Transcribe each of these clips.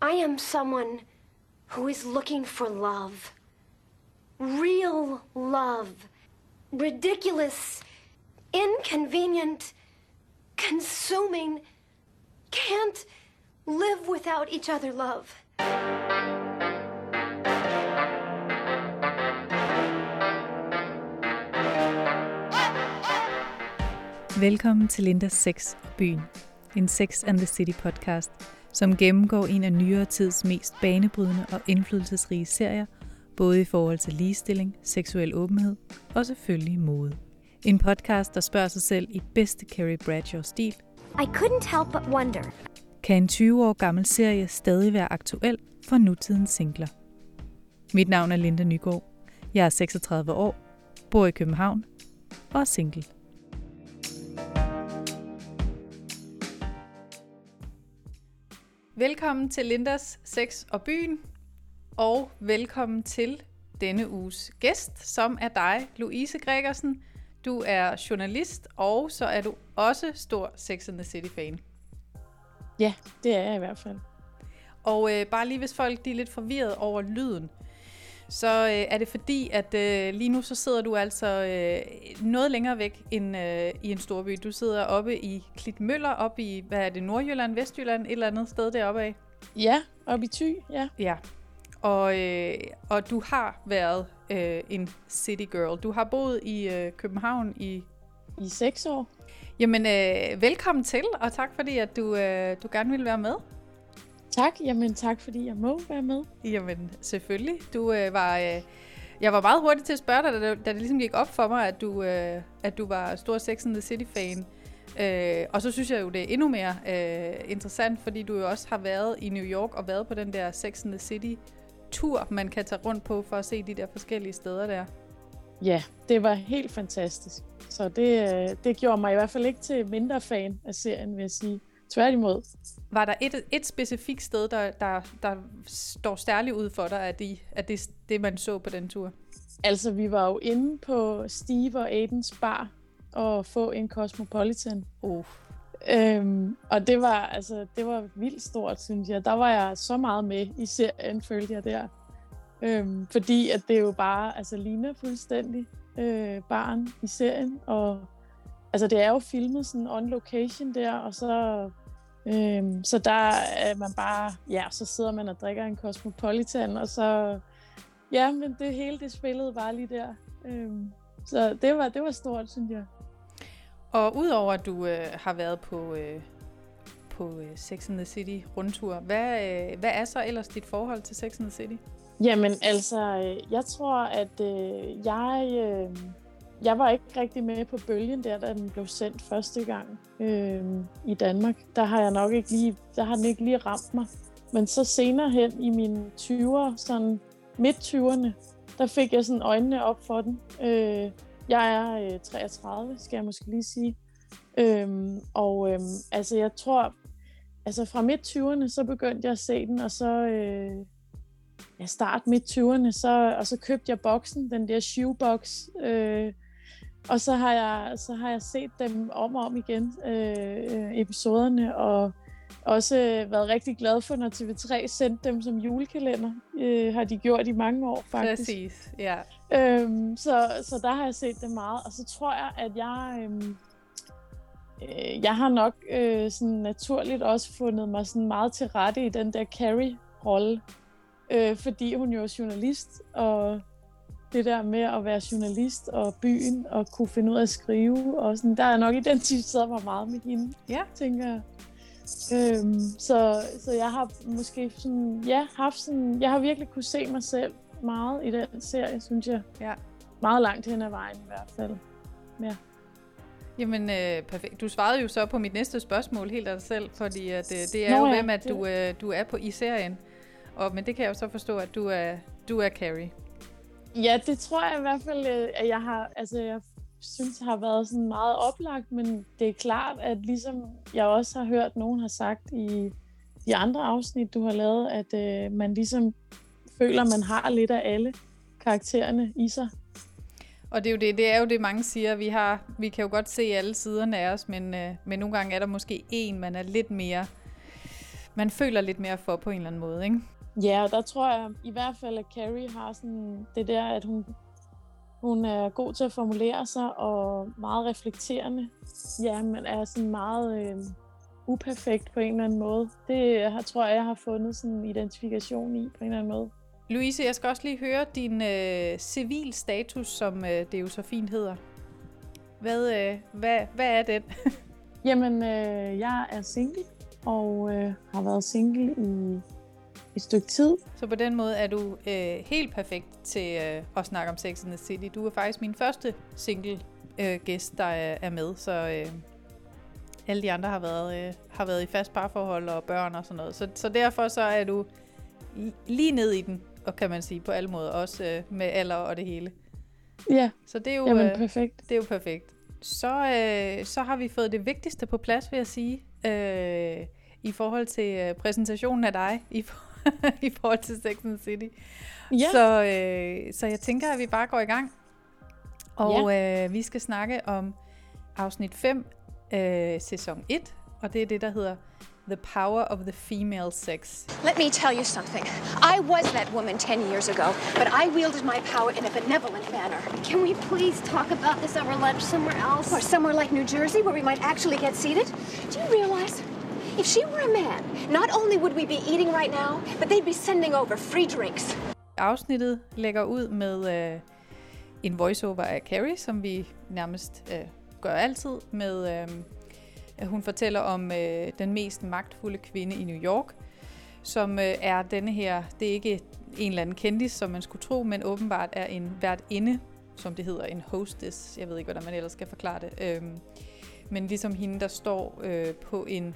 I am someone who is looking for love. Real love. Ridiculous, inconvenient, consuming, can't live without each other love. Velkommen til Lindas Sex og Byen, en Sex and the City podcast, som gennemgår en af nyere tids mest banebrydende og indflydelsesrige serier, både i forhold til ligestilling, seksuel åbenhed og selvfølgelig mode. En podcast, der spørger sig selv i bedste Carrie Bradshaw-stil. I couldn't help but wonder. Kan en 20 år gammel serie stadig være aktuel for nutidens singler? Mit navn er Linda Nygaard. Jeg er 36 år, bor i København og er single. Velkommen til Lindas Sex og Byen, og velkommen til denne uges gæst, som er dig, Louise Gregersen. Du er journalist, og så er du også stor Sex and the City-fan. Ja, det er jeg i hvert fald. Og bare lige hvis folk de er lidt forvirret over lyden, så er det fordi, at lige nu så sidder du altså noget længere væk end i en storby. Du sidder oppe i Klitmøller, oppe i, hvad er det, Nordjylland, Vestjylland, et eller andet sted deroppe af? Ja, oppe i Thy, ja. Ja, og du har været en city girl. Du har boet i København i 6 år. Jamen, velkommen til, og tak fordi, at du gerne ville være med. Tak, jamen tak fordi jeg må være med. Jamen selvfølgelig. Jeg var meget hurtig til at spørge dig, da det ligesom gik op for mig, at du var stor Sex and the City-fan. Og så synes jeg jo, det er endnu mere interessant, fordi du jo også har været i New York og været på den der Sex and the City-tur, man kan tage rundt på for at se de der forskellige steder der. Ja, det var helt fantastisk. Så det gjorde mig i hvert fald ikke til mindre fan af serien, vil jeg sige. Tværtimod. Var der et specifikt sted, der står særligt ud for dig, at det, man så på den tur? Altså, vi var jo inde på Steve og Aidens bar og få en Cosmopolitan. Og det var vildt stort, synes jeg. Der var jeg så meget med i serien, følte jeg der. Fordi at det jo bare ligner fuldstændig baren i serien. Og altså, det er jo filmet sådan on location der, og så der er man bare, ja, så sidder man og drikker en Cosmopolitan, og så, ja, men det hele det spillede bare lige der. Så det var stort, synes jeg. Og udover at du har været på Sex and the City rundtur, hvad er så ellers dit forhold til Sex and the City? Jamen altså, jeg tror, at jeg var ikke rigtig med på bølgen der, da den blev sendt første gang i Danmark. Der har den ikke lige ramt mig. Men så senere hen i mine 20'er, sådan midt-20'erne, der fik jeg sådan øjnene op for den. Jeg er 33, skal jeg måske lige sige. Jeg tror, fra midt-20'erne, så begyndte jeg at se den, og så start midt-20'erne, og så købte jeg boksen, den der shoebox, og så har jeg set dem om og om igen, episoderne, og også været rigtig glad for, når TV3 sendte dem som julekalender. Har de gjort i mange år, faktisk. Præcis, ja. Så der har jeg set dem meget, og så tror jeg, at jeg har nok sådan naturligt også fundet mig sådan meget til rette i den der Carrie-rolle, fordi hun jo er journalist, og det der med at være journalist og byen og kunne finde ud af at skrive og sådan, der er nok identificeret mig meget med hende, tænker jeg. Så jeg har måske sådan, jeg har virkelig kunne se mig selv meget i den serie, synes jeg. Ja. Meget langt hen ad vejen i hvert fald. Ja. Jamen, perfekt. Du svarede jo så på mit næste spørgsmål helt af dig selv, fordi at, det er jo hvem, at du er på i serien. Men det kan jeg jo så forstå, at du er Carrie. Ja, det tror jeg i hvert fald, at jeg synes har været sådan meget oplagt, men det er klart, at ligesom jeg også har hørt, nogen har sagt i de andre afsnit, du har lavet, at man ligesom føler, man har lidt af alle karaktererne i sig. Og det er jo det, mange siger. Vi kan jo godt se alle siderne af os, men nogle gange er der måske en, man er man føler lidt mere for på en eller anden måde, ikke? Ja, og der tror jeg i hvert fald, at Carrie har sådan det der, at hun er god til at formulere sig og meget reflekterende. Ja, men er sådan meget uperfekt på en eller anden måde. Det tror jeg har fundet sådan en identifikation i på en eller anden måde. Louise, jeg skal også lige høre din civil status, som det jo så fint hedder. Hvad er den? Jamen, jeg er single, og har været single i et stykke tid. Så på den måde er du helt perfekt til at snakke om Sex and the City. Du er faktisk min første single gæst, der er med, så alle de andre har været i fast parforhold og børn og sådan noget. Så derfor så er du lige ned i den, og kan man sige på alle måder, også med alder og det hele. Ja, så det er jo, perfekt. Det er jo perfekt. Så har vi fået det vigtigste på plads, vil jeg sige, i forhold til præsentationen af dig, i forhold til Sex and the City. Ja. Så jeg tænker, at vi bare går i gang. Og vi skal snakke om afsnit 5, sæson 1, og det er det, der hedder The Power of the Female Sex. Let me tell you something. I was that woman 10 years ago, but I wielded my power in a benevolent manner. Can we please talk about this over lunch somewhere else? Or somewhere like New Jersey where we might actually get seated? Do you realize? If she were a man, not only would we be eating right now, but they'd be sending over free drinks. Afsnittet lægger ud med en voiceover af Carrie, som vi nærmest gør altid med... Hun fortæller om den mest magtfulde kvinde i New York, som er denne her, det er ikke en eller anden kendis, som man skulle tro, men åbenbart er en værtinde, som det hedder, en hostess. Jeg ved ikke, hvordan man ellers skal forklare det. Men ligesom hende, der står på en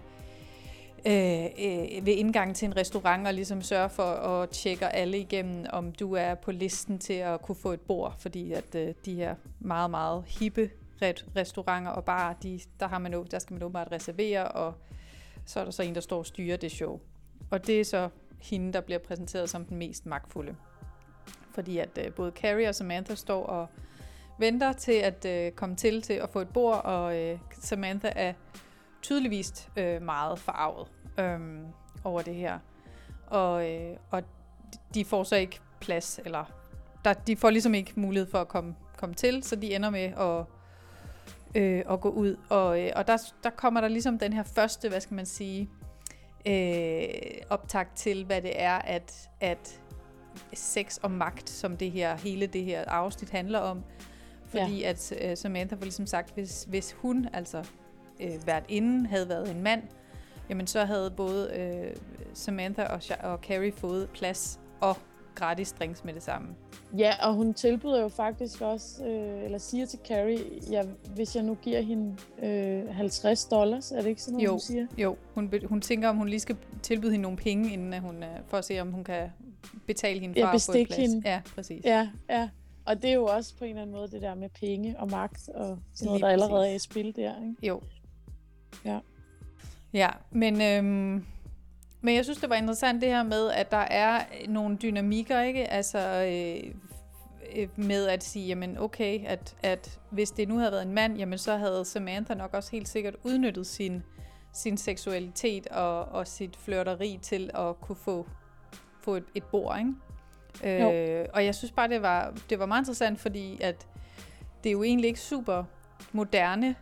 ved indgangen til en restaurant og ligesom sørger for at tjekke alle igennem, om du er på listen til at kunne få et bord, fordi at de her meget, meget hippe restauranter og barer, der skal man åbenbart reservere, og så er der så en, der står og styrer det show. Og det er så hende, der bliver præsenteret som den mest magtfulde. Fordi at både Carrie og Samantha står og venter til at komme til at få et bord, og Samantha er tydeligvis meget forarvet over det her. Og de får så ikke plads, eller de får ligesom ikke mulighed for at komme til, så de ender med at gå ud. Og der kommer der ligesom den her første, hvad skal man sige, optakt til, hvad det er, at sex og magt, som hele det her afsnit handler om. Fordi at Samantha får ligesom sagt, hvis hun, altså værtinden, havde været en mand, jamen så havde både Samantha og Carrie fået plads og gratis drinks med det samme. Ja, og hun tilbyder jo faktisk også, eller siger til Carrie, hvis jeg nu giver hende $50, er det ikke sådan noget, hun siger? Jo, hun tænker, om hun lige skal tilbyde hende nogle penge, inden hun, for at se, om hun kan betale hende fra at få et plads. Hende. Ja, præcis. Ja. Og det er jo også på en eller anden måde det der med penge og magt, og sådan noget, der allerede er i spil der, ikke? Jo. Ja, men jeg synes, det var interessant det her med, at der er nogle dynamikker, ikke? Altså med at sige, jamen okay, at hvis det nu havde været en mand, jamen så havde Samantha nok også helt sikkert udnyttet sin seksualitet og sit flirteri til at kunne få et bord, ikke? Og jeg synes bare, det var meget interessant, fordi at det er jo egentlig ikke super moderne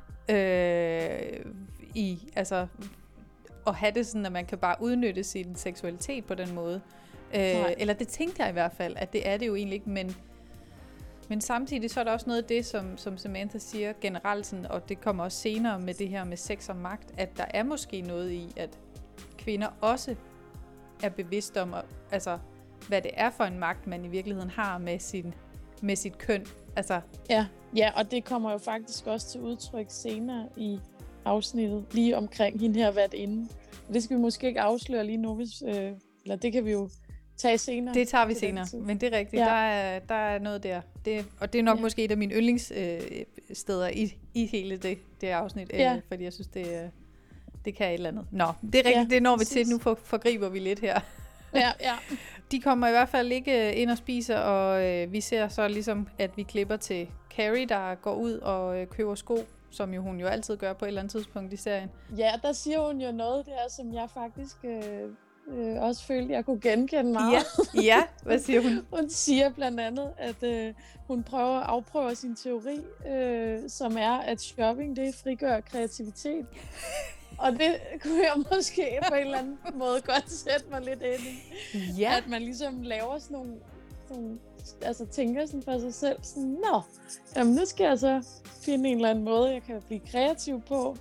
altså at have det sådan, at man kan bare udnytte sin seksualitet på den måde. Eller det tænkte jeg i hvert fald, at det er det jo egentlig ikke, men samtidig så er der også noget af det, som Samantha siger generelt, sådan, og det kommer også senere med det her med sex og magt, at der er måske noget i, at kvinder også er bevidst om, altså, hvad det er for en magt, man i virkeligheden har med sit køn. Altså. Ja, og det kommer jo faktisk også til udtryk senere i afsnittet, lige omkring hende her værtinde. Det skal vi måske ikke afsløre lige nu, eller det kan vi jo tage senere. Det tager vi senere, men det er rigtigt. Ja. Der er noget der. Og det er nok måske et af mine yndlingssteder i hele det afsnit, fordi jeg synes, det kan et eller andet. Nå, det er rigtigt, det når vi til. Nu forgriber vi lidt her. Ja. De kommer i hvert fald ikke ind og spiser, og vi ser så ligesom, at vi klipper til Carrie, der går ud og køber sko som jo hun jo altid gør på et eller andet tidspunkt i serien. Ja, der siger hun jo noget der, som jeg faktisk også følte, jeg kunne genkende meget. Ja, hvad siger hun? Hun siger blandt andet, at hun afprøver sin teori, som er, at shopping, det frigør kreativitet. Og det kunne jeg måske på en eller anden måde godt sætte mig lidt ind i. Ja. At man ligesom laver sådan nogle altså tænker sådan for sig selv, sådan, jamen nu skal jeg så finde en eller anden måde, jeg kan blive kreativ på.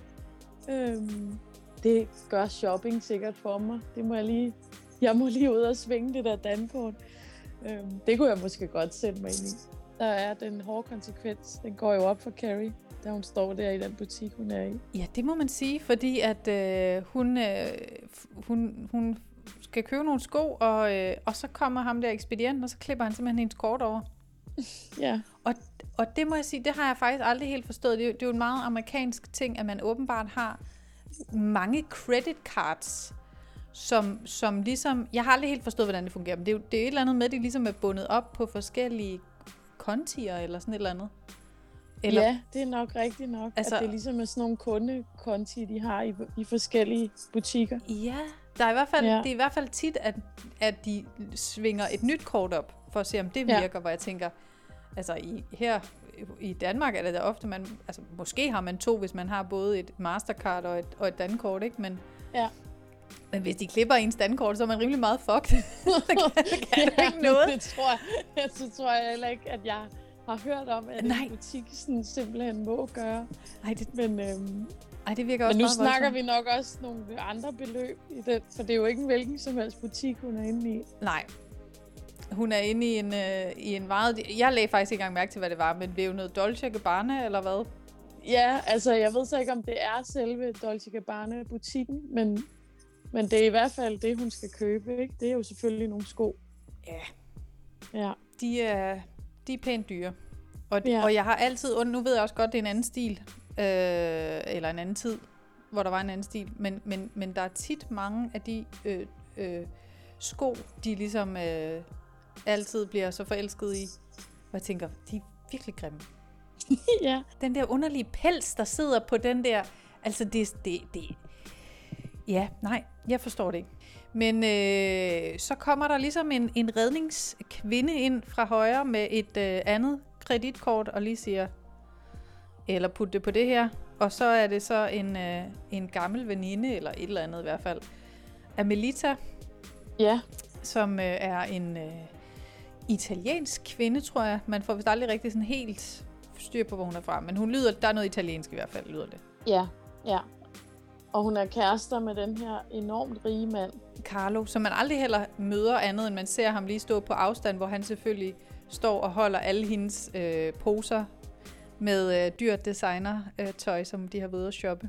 Det gør shopping sikkert for mig. Jeg må lige ud og svinge det der dankort. Det kunne jeg måske godt sætte mig ind i. Der er den hårde konsekvens. Den går jo op for Carrie, da hun står der i den butik, hun er i. Ja, det må man sige, fordi at hun skal købe nogle sko, og så kommer ham der ekspedienten, og så klipper han simpelthen hendes kort over. Ja. Og det må jeg sige, det har jeg faktisk aldrig helt forstået. Det er jo en meget amerikansk ting, at man åbenbart har mange credit cards, som ligesom... Jeg har aldrig helt forstået, hvordan det fungerer, men det er et eller andet med, at de ligesom er bundet op på forskellige kontier, eller sådan et eller andet. Eller... Ja, det er nok rigtigt nok, altså, at det ligesom er sådan nogle kundekonti, de har i forskellige butikker. Ja, der er i hvert fald, det er i hvert fald tit, at de svinger et nyt kort op, for at se, om det virker, hvor jeg tænker, altså her i Danmark er det da ofte, måske har man 2, hvis man har både et Mastercard og et dankort, ikke? Men hvis de klipper ens dankort, så er man rimelig meget fucked. så kan ikke noget. Det tror jeg heller ikke, at jeg har hørt om, at en butik sådan simpelthen må gøre. Men det virker også men nu meget snakker voldsomt. Vi nok også nogle andre beløb i den, for det er jo ikke en hvilken som helst butik, hun er inde i. Nej. Hun er inde i en meget... Jeg lagde faktisk ikke engang mærke til, hvad det var, men det er jo noget Dolce & Gabbana, eller hvad? Ja, altså jeg ved så ikke, om det er selve Dolce & Gabbana-butikken, men det er i hvert fald det, hun skal købe, ikke? Det er jo selvfølgelig nogle sko. Ja. De er pænt dyre. Og jeg har altid... Nu ved jeg også godt, det er en anden stil, eller en anden tid, hvor der var en anden stil, men der er tit mange af de sko, de ligesom altid bliver så forelsket i. Og jeg tænker, de er virkelig grimme. Ja. Den der underlige pels, der sidder på den der... Altså, det ja, nej, jeg forstår det ikke. Men så kommer der ligesom en redningskvinde ind fra højre med et andet kreditkort og lige siger, eller putte det på det her. Og så er det så en gammel veninde, eller et eller andet i hvert fald, af Melita, som er en italiensk kvinde, tror jeg. Man får vist aldrig rigtig sådan helt styr på, hvor hun er fra. Men hun lyder, der er noget italiensk i hvert fald, lyder det. Ja. Og hun er kærester med den her enormt rige mand. Carlo, som man aldrig heller møder andet, end man ser ham lige stå på afstand, hvor han selvfølgelig står og holder alle hendes poser med dyrt designer-tøj, som de har været at shoppe.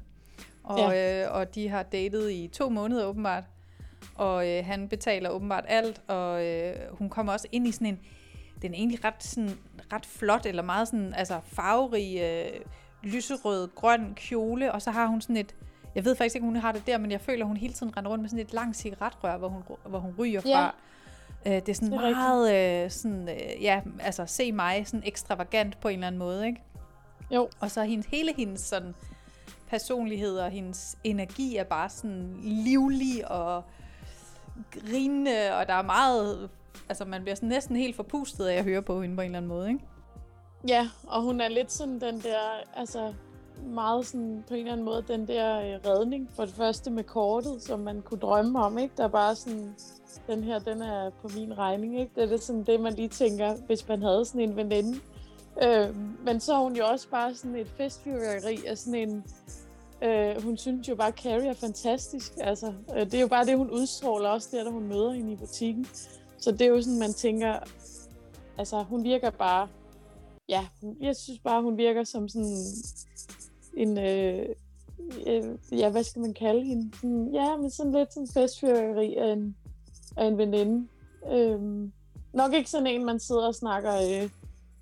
Og de har datet i 2 måneder åbenbart. Og han betaler åbenbart alt, og hun kommer også ind i sådan den er egentlig ret flot, eller meget sådan, altså farverig, lyserød, grøn kjole, og så har hun sådan jeg ved faktisk ikke, hun har det der, men jeg føler, hun hele tiden render rundt med sådan et langt cigaretrør, hvor hun ryger fra. Det er sådan meget, se mig, sådan ekstravagant på en eller anden måde, ikke? Jo. Og så hele hendes sådan personlighed og hendes energi er bare sådan livlig og grinende, og der er meget, altså man bliver sådan næsten helt forpustet af at høre på hende på en eller anden måde, ikke? Ja, og hun er lidt sådan den der, altså meget sådan på en eller anden måde, den der redning for det første med kortet, som man kunne drømme om, ikke? Der er bare sådan, den her, den er på min regning, ikke? Det er lidt sådan det, man lige tænker, hvis man havde sådan en veninde. Men så er hun jo også bare sådan et festfyrværkeri af sådan en, hun synes jo bare, at Carrie er fantastisk, altså. Det er jo bare det, hun udstråler også der, da hun møder hende i butikken. Så det er jo sådan, man tænker, altså hun virker bare, jeg synes bare, hun virker som sådan en, hvad skal man kalde hende? Men sådan lidt sådan festfyrværkeri af en veninde. Nok ikke sådan en, man sidder og snakker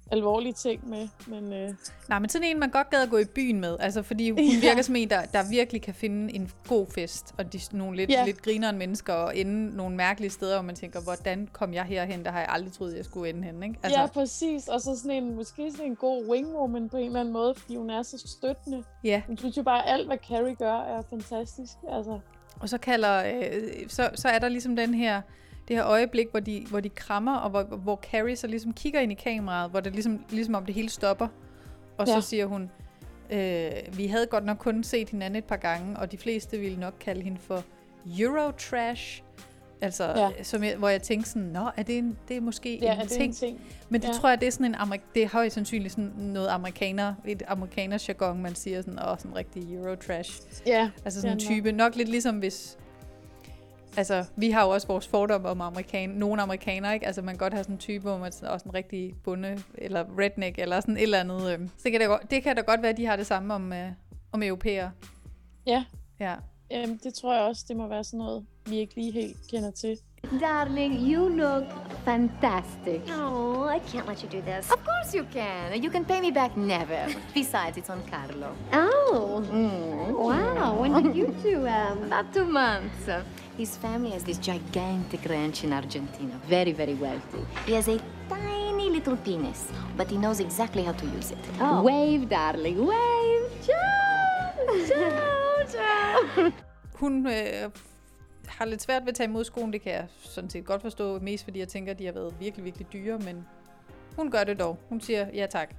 alvorlige ting med. Men, Nej, men sådan en, man godt gad at gå i byen med. Altså, fordi hun virker som en, der virkelig kan finde en god fest. Og nogle lidt grineren mennesker, og ende nogle mærkelige steder, hvor man tænker, hvordan kom jeg herhen? Der har jeg aldrig troet, jeg skulle ende hen, ikke? Altså, ja, præcis. Og så måske sådan en god wingwoman på en eller anden måde, fordi hun er så støttende. Ja. Hun synes jo bare, at alt, hvad Carrie gør, er fantastisk. Altså. Og så så er der ligesom det her øjeblik, hvor de krammer, og hvor Carrie så ligesom kigger ind i kameraet, hvor det ligesom om det hele stopper. Og så siger hun, vi havde godt nok kun set hinanden et par gange, og de fleste ville nok kalde hende for Eurotrash. Altså, hvor jeg tænkte sådan, det er måske en ting. Men det tror jeg, det er sådan det er højst sandsynligt sådan noget et amerikaner-jargon, man siger sådan, sådan rigtig Eurotrash. Ja. Altså sådan en type. Nok lidt ligesom hvis... Altså, vi har jo også vores fordomme om nogle amerikanere, ikke? Altså, man kan godt have sådan en type, hvor man også en rigtig bonde, eller redneck, eller sådan et eller andet. Så det kan da godt være, at de har det samme om europæere. Ja. Ja. Det tror jeg også, det må være sådan noget, vi ikke lige helt kender til. Darling, you look fantastic. Oh, I can't let you do this. Of course you can. You can pay me back never. Besides, it's on Carlo. Oh. Wow. When did you two, About 2 months. His family has this gigantic ranch in Argentina. Very, very wealthy. He has a tiny little penis, but he knows exactly how to use it. Oh. Wave, darling, wave. Ciao, ciao, ciao. Hun har lidt svært ved at tage imod skoen, det kan jeg sådan set godt forstå, mest fordi jeg tænker, at de har været virkelig, virkelig dyre, men hun gør det dog. Hun siger ja tak.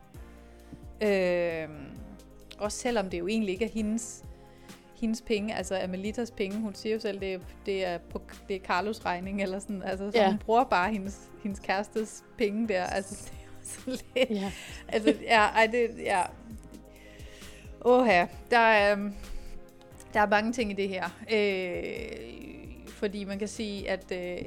Også selvom det jo egentlig ikke er hendes penge, altså Amelitas penge. Hun siger jo selv, det er Carlos regning, eller sådan. Altså, så hun bruger bare hendes kærestes penge der. Altså, det er jo så lidt... Ja. Altså, der er mange ting i det her. Fordi man kan sige, at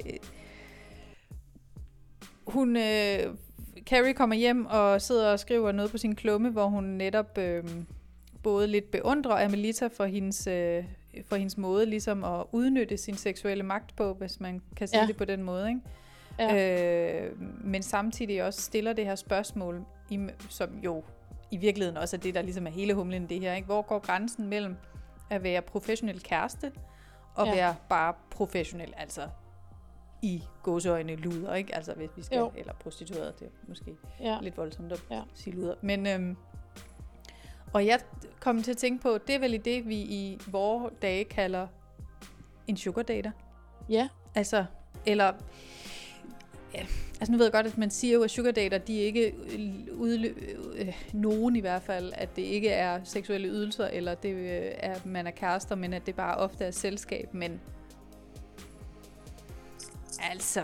Carrie kommer hjem og sidder og skriver noget på sin klumme, hvor hun netop både lidt beundrer Amelita for hendes måde ligesom at udnytte sin seksuelle magt på, hvis man kan sige det på den måde, ikke? Ja. Men samtidig også stiller det her spørgsmål, som jo i virkeligheden også er det, der ligesom er hele humlen i det her, ikke? Hvor går grænsen mellem at være professionel kæreste og være bare professionel, altså i gåseøjne luder, ikke? Altså hvis vi skal, eller prostitueret, det er måske lidt voldsomt at sige luder. Men, og jeg kom til at tænke på, det er vel i det, vi i vore dage kalder en sugar dater. Ja. Altså, eller... Altså nu ved jeg godt, at man siger jo, at sugar dater, de ikke nogen i hvert fald, at det ikke er seksuelle ydelser, eller det er, man er kærester, men at det bare ofte er selskab. Men altså,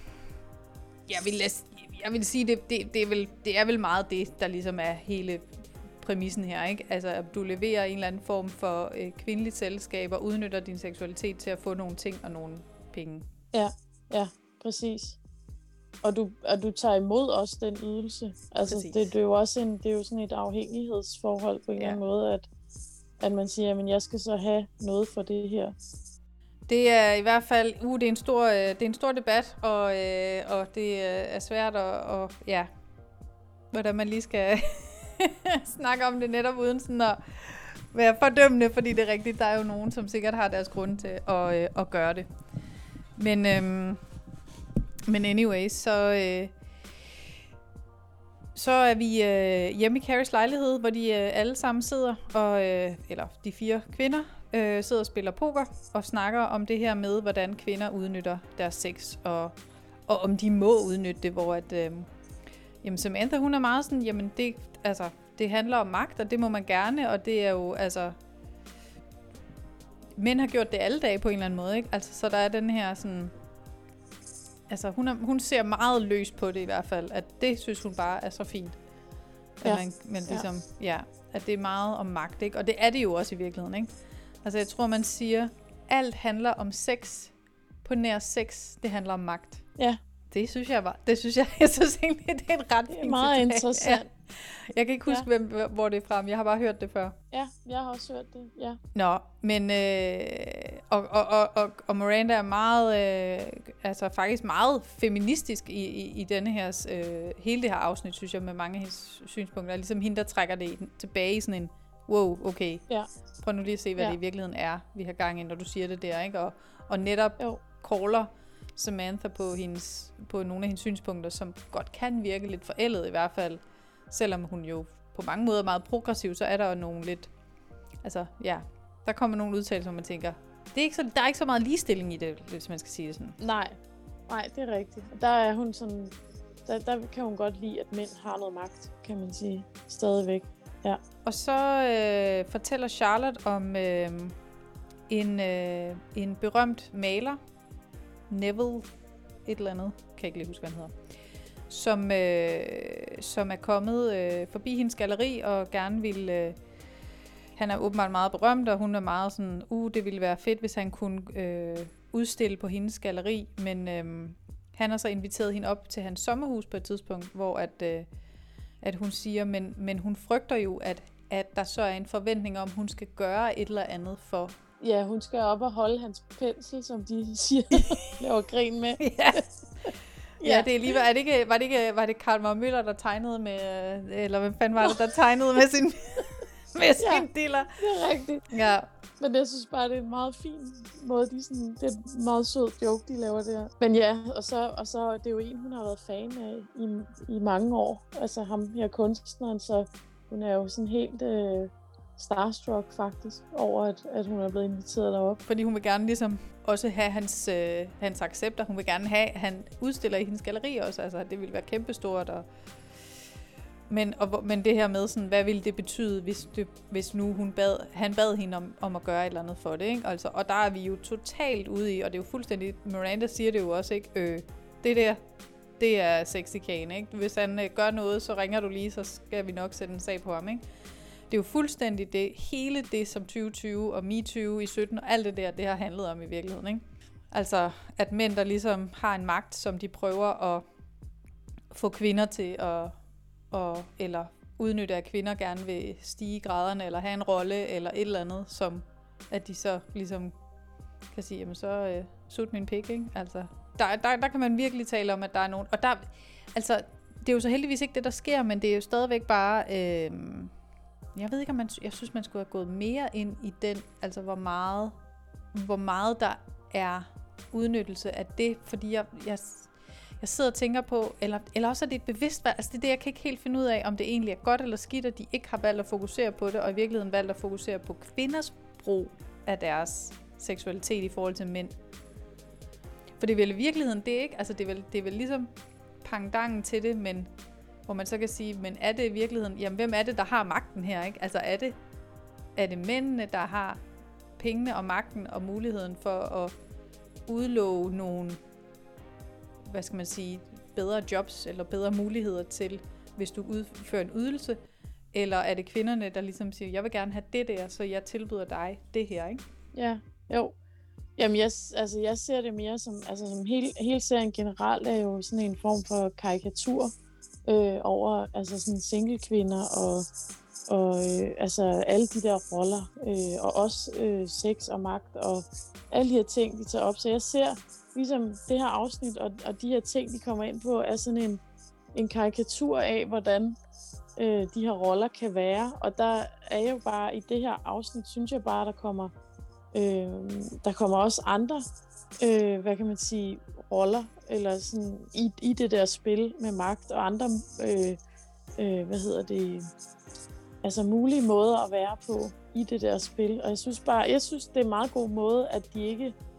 jeg vil sige, det er vel meget det, der ligesom er hele præmissen her, ikke? Altså, at du leverer en eller anden form for kvindeligt selskab og udnytter din seksualitet til at få nogle ting og nogle penge. Ja, præcis. Og du tager imod også den ydelse. Altså, det er jo også det er jo sådan et afhængighedsforhold på en eller anden måde, at man siger, jamen jeg skal så have noget for det her. Det er i hvert fald, det er en stor debat, og det er svært at hvordan man lige skal snakke om det netop uden sådan at være fordømmende, fordi det er rigtigt, der er jo nogen, som sikkert har deres grund til at gøre det. Men anyway, så er vi hjemme i Carries lejlighed, hvor de alle sammen sidder, eller de 4 kvinder, sidder og spiller poker og snakker om det her med, hvordan kvinder udnytter deres sex, og om de må udnytte det, hvor at, jamen Samantha, hun er meget sådan, jamen det handler om magt, og det må man gerne, og det er jo, altså, mænd har gjort det alle dage på en eller anden måde, ikke? Altså, så der er den her sådan... Altså, hun ser meget løs på det i hvert fald, at det synes hun bare er så fint. At det er meget om magt, ikke? Og det er det jo også i virkeligheden, ikke? Altså, jeg tror, man siger, alt handler om sex. På nær sex, det handler om magt. Ja. Det synes jeg egentlig, det er en ret fint meget interessant. Jeg kan ikke huske, hvor det er fra, men jeg har bare hørt det før. Ja, jeg har også hørt det, ja. Nå, men og Miranda er meget, altså faktisk meget feministisk i denne her, hele det her afsnit, synes jeg, med mange af hendes synspunkter. Ligesom hende, der trækker det tilbage i sådan en, wow, okay, prøv nu lige at se, hvad det i virkeligheden er, vi har gang i, når du siger det der, ikke? Og netop caller Samantha på nogle af hendes synspunkter, som godt kan virke lidt forældet i hvert fald, selvom hun jo på mange måder er meget progressiv, så er der jo nogle lidt, altså ja, der kommer nogle udtalelser, hvor man tænker, der er ikke så meget ligestilling i det, hvis man skal sige det sådan. Nej, det er rigtigt. Der er hun sådan, der kan hun godt lide, at mænd har noget magt, kan man sige, stadigvæk. Ja. Og så fortæller Charlotte om en berømt maler, Neville et eller andet, kan jeg ikke lige huske, hvad han hedder, som er kommet forbi hendes galleri og gerne vil, han er åbenbart meget berømt, og hun er meget sådan, det ville være fedt, hvis han kunne udstille på hendes galleri, men han har så inviteret hende op til hans sommerhus på et tidspunkt, hvor at hun siger, men hun frygter jo, at der så er en forventning om, hun skal gøre et eller andet for. Ja, hun skal op og holde hans pensel, som de siger, laver grin med. Ja, det er lige, var det Karl Marr Møller, der tegnede med, eller hvem fanden var det, der tegnede med sin diller? Det er rigtigt. Ja. Men jeg synes bare, det er en meget fin måde, det er en meget sød joke, de laver der. Men ja, og så det er jo en, hun har været fan af i mange år. Altså ham her kunstneren, så hun er jo sådan helt starstruck faktisk over, at hun er blevet inviteret derop. Fordi hun vil gerne ligesom også have hans accepter. Hun vil gerne have, at han udstiller i hendes galleri også. Altså det ville være kæmpestort. Men det her med sådan, hvad ville det betyde, hvis nu han bad hende om at gøre et eller andet for det, ikke? Altså, og der er vi jo totalt ude i, og det er jo fuldstændig, Miranda siger det jo også, ikke? Det der, det er sexy Kane, ikke? Hvis han gør noget, så ringer du lige, så skal vi nok sætte en sag på ham, ikke? Det er jo fuldstændig det, hele det som 2020 og MeToo i 17 og alt det der, det har handlet om i virkeligheden, ikke? Altså, at mænd, der ligesom har en magt, som de prøver at få kvinder til eller udnytte, at kvinder gerne vil stige i graderne, eller have en rolle, eller et eller andet, som at de så ligesom kan sige, jamen så sut min pik, ikke? Altså, der kan man virkelig tale om, at der er nogen, og der, altså, det er jo så heldigvis ikke det, der sker, men det er jo stadigvæk bare, jeg ved ikke, om jeg synes, man skulle have gået mere ind i den, altså hvor meget der er udnyttelse af det, fordi jeg sidder og tænker på, eller også er det et bevidst valg, altså det er det, jeg kan ikke helt finde ud af, om det egentlig er godt eller skidt, at de ikke har valgt at fokusere på det, og i virkeligheden valgt at fokusere på kvinders brug af deres seksualitet i forhold til mænd. For det er vel i virkeligheden det, ikke? Altså det er vel ligesom pangdangen til det, men hvor man så kan sige, men er det i virkeligheden, jamen hvem er det, der har magten her, ikke? Altså er det mændene, der har pengene og magten og muligheden for at udlove nogle, hvad skal man sige, bedre jobs eller bedre muligheder til, hvis du udfører en ydelse, eller er det kvinderne, der ligesom siger, jeg vil gerne have det der, så jeg tilbyder dig det her, ikke? Ja, jo. Jamen, jeg ser det mere som hele serien generelt er jo sådan en form for karikatur over altså sådan single-kvinder og altså alle de der roller, og også sex og magt og alle de her ting, de tager op. Så jeg ser ligesom det her afsnit og de her ting, de kommer ind på, er sådan en karikatur af, hvordan de her roller kan være. Og der er jo bare i det her afsnit, synes jeg bare, der kommer også andre, hvad kan man sige, roller, eller sådan i det der spil med magt, og andre, altså mulige måder at være på i det der spil. Og jeg synes det er en meget god måde, at de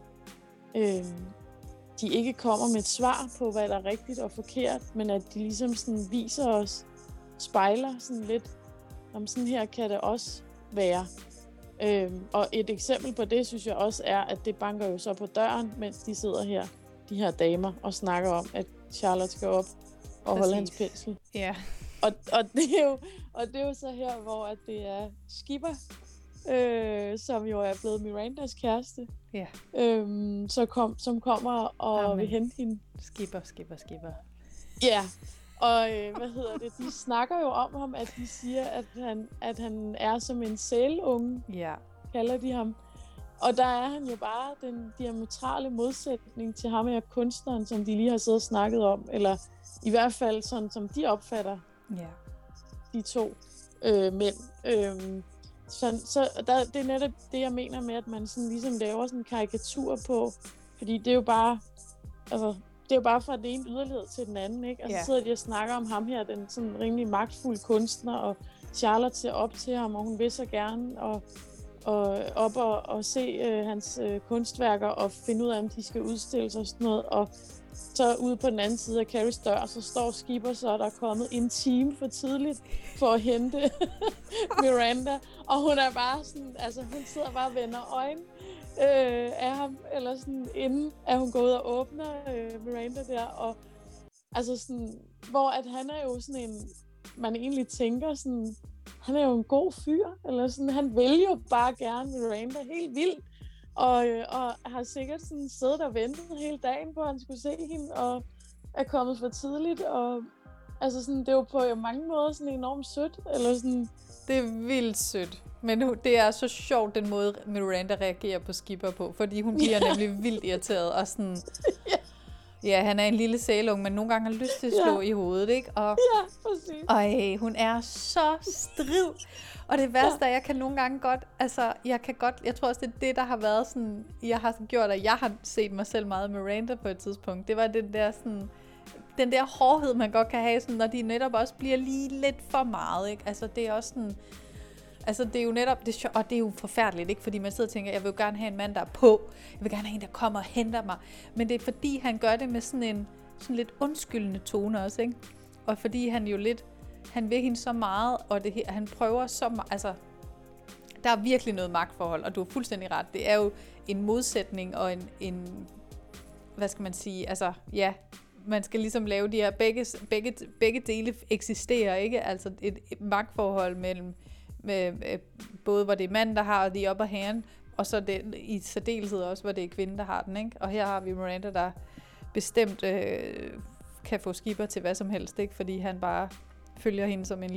ikke kommer med et svar på, hvad der er rigtigt og forkert, men at de ligesom sådan viser os, spejler sådan lidt, om sådan her kan det også være. Og et eksempel på det, synes jeg også er, at det banker jo så på døren, mens de sidder her, de her damer, og snakker om, at Charlotte skal op og holde hans pensel. Ja. Og det er jo så her, hvor at det er Skipper, som jo er blevet Mirandas kæreste, som kommer og vil hente hende. Skipper. Ja, Og de snakker jo om ham, at de siger, at han er som en sælunge, kalder de ham. Og der er han jo bare den diametrale modsætning til ham og kunstneren, som de lige har siddet og snakket om. Eller i hvert fald sådan, som de opfatter de to mænd. Det er netop det, jeg mener med, at man sådan ligesom laver sådan en karikatur på. Fordi det er jo bare... Altså, det er jo bare fra den ene yderlighed til den anden, ikke? Og så sidder de og snakker om ham her, den sådan rimelig magtfulde kunstner, og Charlotte ser op til ham, og hun vil så gerne og se hans kunstværker og finde ud af, om de skal udstilles og sådan noget. Og så ude på den anden side af Carries dør, så står Skipper så, der er kommet en time for tidligt for at hente Miranda. Og hun er bare sådan, altså hun sidder bare og vender øjne af ham, eller sådan inden at hun går ud og åbner Miranda der. Og altså sådan, hvor at han er jo sådan en, man egentlig tænker sådan, han er jo en god fyr, eller sådan, han vil jo bare gerne Miranda helt vildt. Og har sikkert sådan siddet og ventet hele dagen på, at han skulle se hende, og er kommet for tidligt, og altså sådan, det er jo på mange måder sådan enormt sødt, eller sådan. Det er vildt sødt, men det er så sjovt, den måde Miranda reagerer på Skipper på, fordi hun bliver nemlig vildt irriteret, og sådan, ja, han er en lille sælunge, men nogle gange har lyst til at slå i hovedet, ikke? Og, præcis. Hun er så strid. Og det værste er, jeg kan nogle gange godt, altså, jeg tror også, det er det, der har været sådan, jeg har gjort, at jeg har set mig selv meget Miranda på et tidspunkt. Det var den der hårdhed, man godt kan have, sådan, når de netop også bliver lige lidt for meget, ikke? Altså, det er også sådan, altså, det er jo netop, og det er jo forfærdeligt, ikke? Fordi man sidder og tænker, jeg vil jo gerne have en mand, der er på. Jeg vil gerne have en, der kommer og henter mig. Men det er fordi, han gør det med sådan lidt undskyldende tone også, ikke? Og fordi han jo lidt, han vil hende så meget, og han prøver så meget, altså, der er virkelig noget magtforhold, og du har fuldstændig ret. Det er jo en modsætning og en hvad skal man sige, altså, ja, man skal ligesom lave de her, begge dele eksisterer, ikke? Altså et magtforhold mellem både hvor det er mand, der har de upper hand, og så det, i særdeleshed også, hvor det er kvinden, der har den, ikke? Og her har vi Miranda, der bestemt kan få Skipper til hvad som helst, ikke? Fordi han bare følger hende som en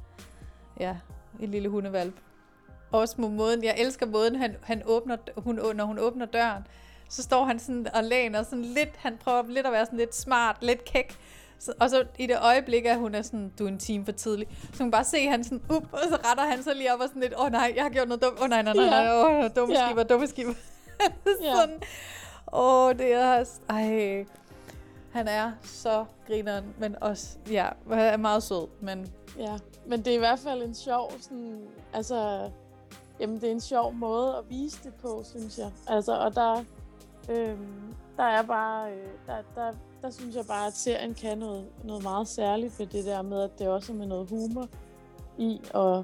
lille hundevalp. Også på måden, jeg elsker måden, når hun åbner døren, så står han sådan og læner sådan lidt, han prøver lidt at være sådan lidt smart, lidt kæk. Og så i det øjeblik, at hun er sådan, du er en time for tidlig, så hun bare se han sådan, og så retter han så lige op og sådan lidt, nej, jeg har gjort noget dumt, nej, dumme Skipper. Sådan, det er, han er så grineren, men også, han er meget sød, men... Ja, men det er i hvert fald en sjov, sådan, altså, det er en sjov måde at vise det på, synes jeg. Altså, og der er bare, der synes jeg bare, at serien kan noget meget særligt ved det der med, at det også er med noget humor i, og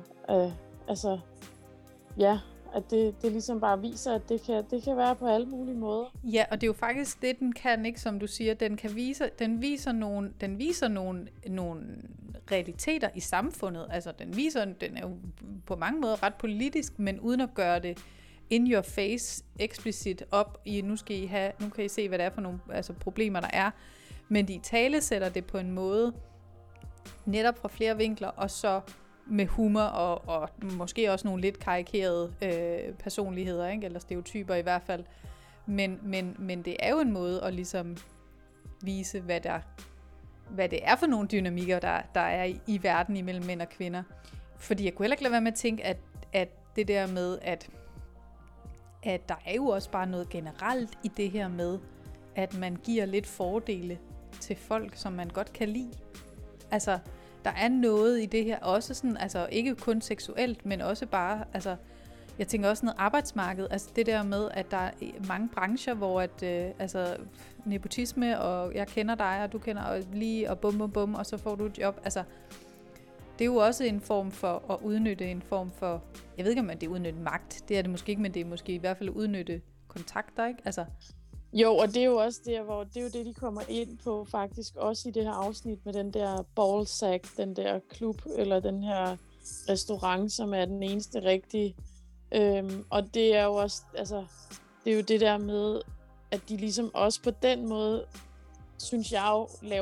at det ligesom bare viser, at det kan være på alle mulige måder. Ja, og det er jo faktisk det, den kan, ikke, som du siger, den viser nogle realiteter i samfundet. Altså, den er jo på mange måder ret politisk, men uden at gøre det in your face, eksplicit op i, nu kan I se, hvad det er for nogle problemer, der er. Men de talesætter det på en måde, netop fra flere vinkler, og så med humor og måske også nogle lidt karikerede personligheder, ikke? Eller stereotyper i hvert fald. Men det er jo en måde at ligesom vise, hvad det er for nogle dynamikker, der er i verden imellem mænd og kvinder. Fordi jeg kunne heller ikke lade være med at tænke, at det der med, at der er jo også bare noget generelt i det her med, at man giver lidt fordele til folk, som man godt kan lide. Altså, der er noget i det her, også sådan, altså ikke kun seksuelt, men også bare, altså, jeg tænker også noget arbejdsmarked, altså det der med, at der er mange brancher, hvor nepotisme, og jeg kender dig, og du kender, og lige, og bum, og så får du et job, altså, det er jo også en form for at udnytte en form for, jeg ved ikke, om det er udnytte magt, det er det måske ikke, men det er måske i hvert fald udnytte kontakter, ikke? Altså. Jo, og det er jo også der, hvor det er jo det, de kommer ind på faktisk også i det her afsnit med den der ballsack, den der klub, eller den her restaurant, som er den eneste rigtige. Og det er jo også, altså, det er jo det der med, at de ligesom også på den måde, synes jeg jo, laver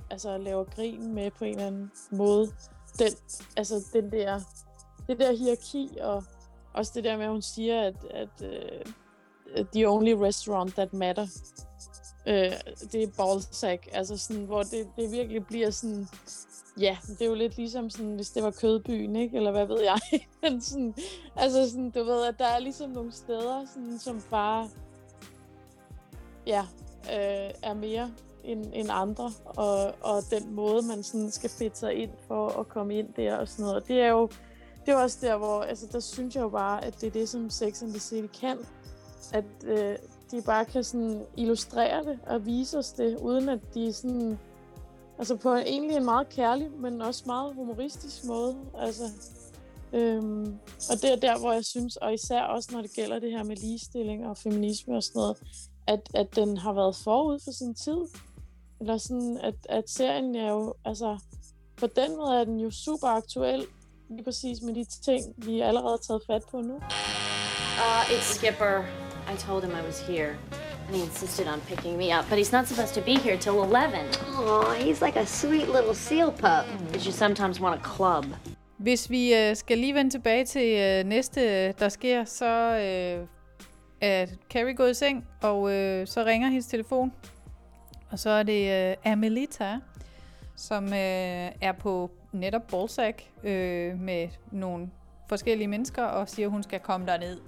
altså laver grin med på en eller anden måde. Det der hierarki, og også det der med, at hun siger, at the only restaurant that matter, det er Balzac, altså sådan, hvor det virkelig bliver sådan, ja, det er jo lidt ligesom sådan, hvis det var Kødbyen, ikke? Eller hvad ved jeg. Men sådan, altså sådan, du ved, at der er ligesom nogle steder, sådan, som bare, ja, er mere end andre, og den måde, man sådan skal fedte sig ind for at komme ind der og sådan noget. Det er jo også der, hvor, altså der synes jeg jo bare, at det er det, som Sex and the City kan, at de bare kan sådan illustrere det og vise os det, uden at de sådan, altså på egentlig en meget kærlig, men også meget humoristisk måde, altså. Og det er der, hvor jeg synes, og især også når det gælder det her med ligestilling og feminisme og sådan noget, at den har været forud for sin tid. Eller sådan, at serien er jo, altså, på den måde er den jo super aktuel, lige præcis med de ting, vi allerede har taget fat på nu. It's Skipper. I told him I was here, and he insisted on picking me up, but he's not supposed to be here till 11. Aw, he's like a sweet little seal pup. Did you sometimes want a club? Hvis vi skal lige vende tilbage til næste, der sker, så er Carrie gået i seng, og så ringer hendes telefon. Og så er det Amelita, som er på netop Balzac med nogle forskellige mennesker, og siger, at hun skal komme derned.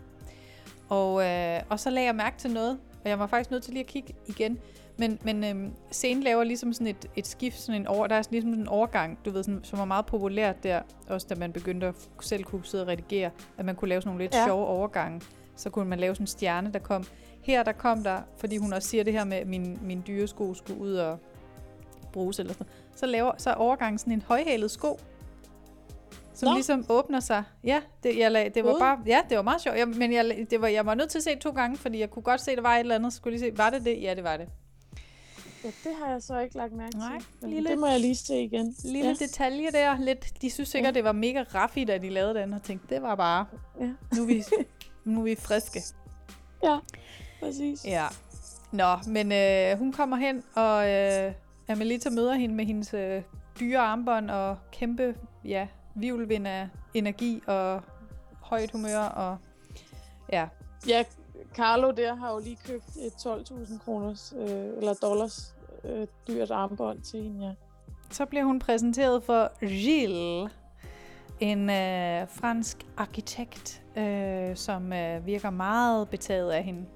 Og så lagde jeg mærke til noget, og jeg var faktisk nødt til lige at kigge igen. Men scenen laver ligesom sådan et skift, sådan der er ligesom sådan en overgang, du ved, sådan, som var meget populært der, også da man begyndte at selv kunne sidde og redigere, at man kunne lave sådan nogle lidt sjove overgange. Så kunne man lave sådan en stjerne, der kom. Her der kom der, fordi hun også siger det her med, at min dyresko skulle ud og bruges eller sådan, så er overgangen sådan en højhælet sko, som ligesom åbner sig. Ja, det var bare, ja, det var meget sjovt. Jeg var nødt til at se det 2 gange, fordi jeg kunne godt se, at der var et eller andet. Så skulle lige se, var det det? Ja, det var det. Ja, det har jeg så ikke lagt mærke til. Nej, det må jeg lige se igen. Lille detalje der. Lidt, de synes sikkert, det var mega raffigt, da de lavede den, og tænkte, det var bare, nu er vi friske. Ja, præcis. Ja. Nå, men hun kommer hen, og Amelita møder hende med hendes dyre armbånd og kæmpe, virvelvind af energi og højt humør, og ja. Ja, Carlo der har jo lige købt et 12.000 kroners, eller dollars, dyrt armbånd til hende, ja. Så bliver hun præsenteret for Gilles, en fransk arkitekt, som virker meget betaget af hende.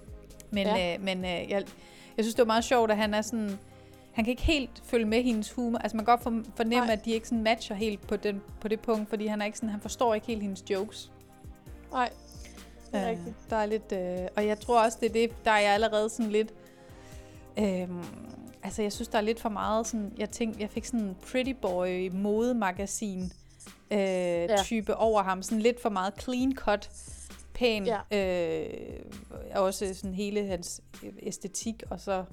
Men jeg synes, det var meget sjovt, at han er sådan, han kan ikke helt følge med hendes humor. Altså man kan godt fornemme, at de ikke sådan matcher helt på det punkt, fordi han er ikke sådan, han forstår ikke helt hendes jokes. Nej, det er rigtigt. Der er lidt, og jeg tror også, det er det, der er jeg allerede sådan lidt, altså jeg synes, der er lidt for meget sådan, jeg fik sådan en pretty boy modemagasin type over ham, sådan lidt for meget clean cut, pæn, også sådan hele hans æstetik, og så,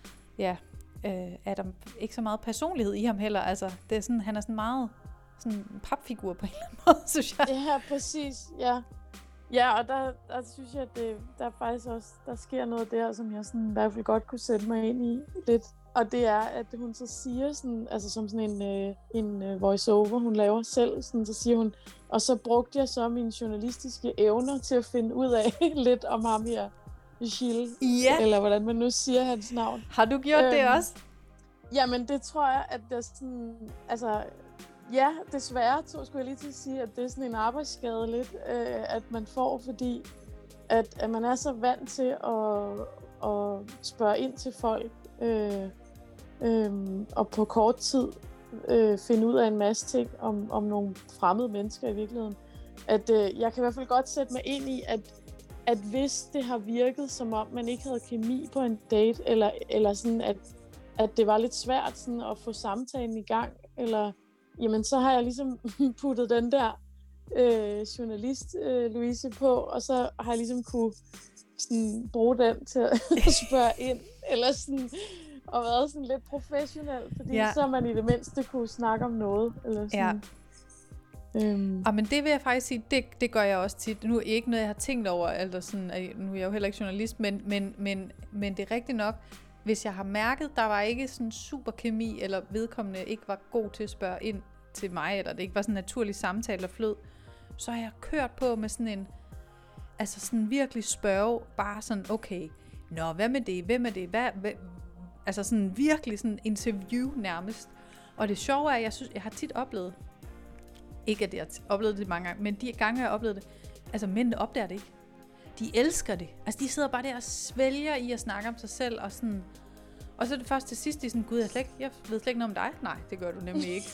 er der ikke så meget personlighed i ham heller, altså det er sådan, han er sådan meget sådan en papfigur på en eller anden måde, synes jeg. Ja, præcis, ja. Ja, og der synes jeg, at der faktisk også, der sker noget der, som jeg sådan i hvert fald godt kunne sætte mig ind i lidt. Og det er, at hun så siger sådan, altså som sådan en voice-over, hun laver selv, sådan, så siger hun, og så brugte jeg så mine journalistiske evner til at finde ud af lidt om ham her, Gilles, eller hvordan man nu siger hans navn. Har du gjort det også? Jamen, det tror jeg, at det er sådan, altså, ja, desværre, skulle jeg lige til at sige, at det er sådan en arbejdsskade lidt, at man får, fordi at man er så vant til at spørge ind til folk, og på kort tid finde ud af en masse ting om nogle fremmede mennesker i virkeligheden. At jeg kan i hvert fald godt sætte mig ind i, at hvis det har virket, som om man ikke havde kemi på en date, eller sådan, at det var lidt svært sådan, at få samtalen i gang, eller jamen, så har jeg ligesom puttet den der journalist Louise på, og så har jeg ligesom kunne sådan, bruge den til at spørge ind, eller sådan, og været sådan lidt professionel, fordi så man i det mindste kunne snakke om noget, eller sådan. Men det vil jeg faktisk sige, det gør jeg også tit. Nu er ikke noget, jeg har tænkt over, altså sådan, nu er jeg jo heller ikke journalist, men det er rigtigt nok, hvis jeg har mærket, der var ikke sådan super kemi, eller vedkommende ikke var god til at spørge ind til mig, eller det ikke var sådan en naturlig samtale, der flød, så har jeg kørt på med sådan en, altså sådan virkelig spørge, bare sådan, okay, nå, hvad med det, hvem er det, hvad, altså sådan virkelig sådan interview nærmest. Og det sjove er, at jeg har tit oplevet, ikke at jeg har oplevet det mange gange, men de gange, jeg har oplevet det, altså mændene opdager det ikke. De elsker det. Altså de sidder bare der og svælger i at snakke om sig selv, og sådan, og så er det først til sidst, de er sådan, gud, jeg ved slet ikke noget om dig. Nej, det gør du nemlig ikke.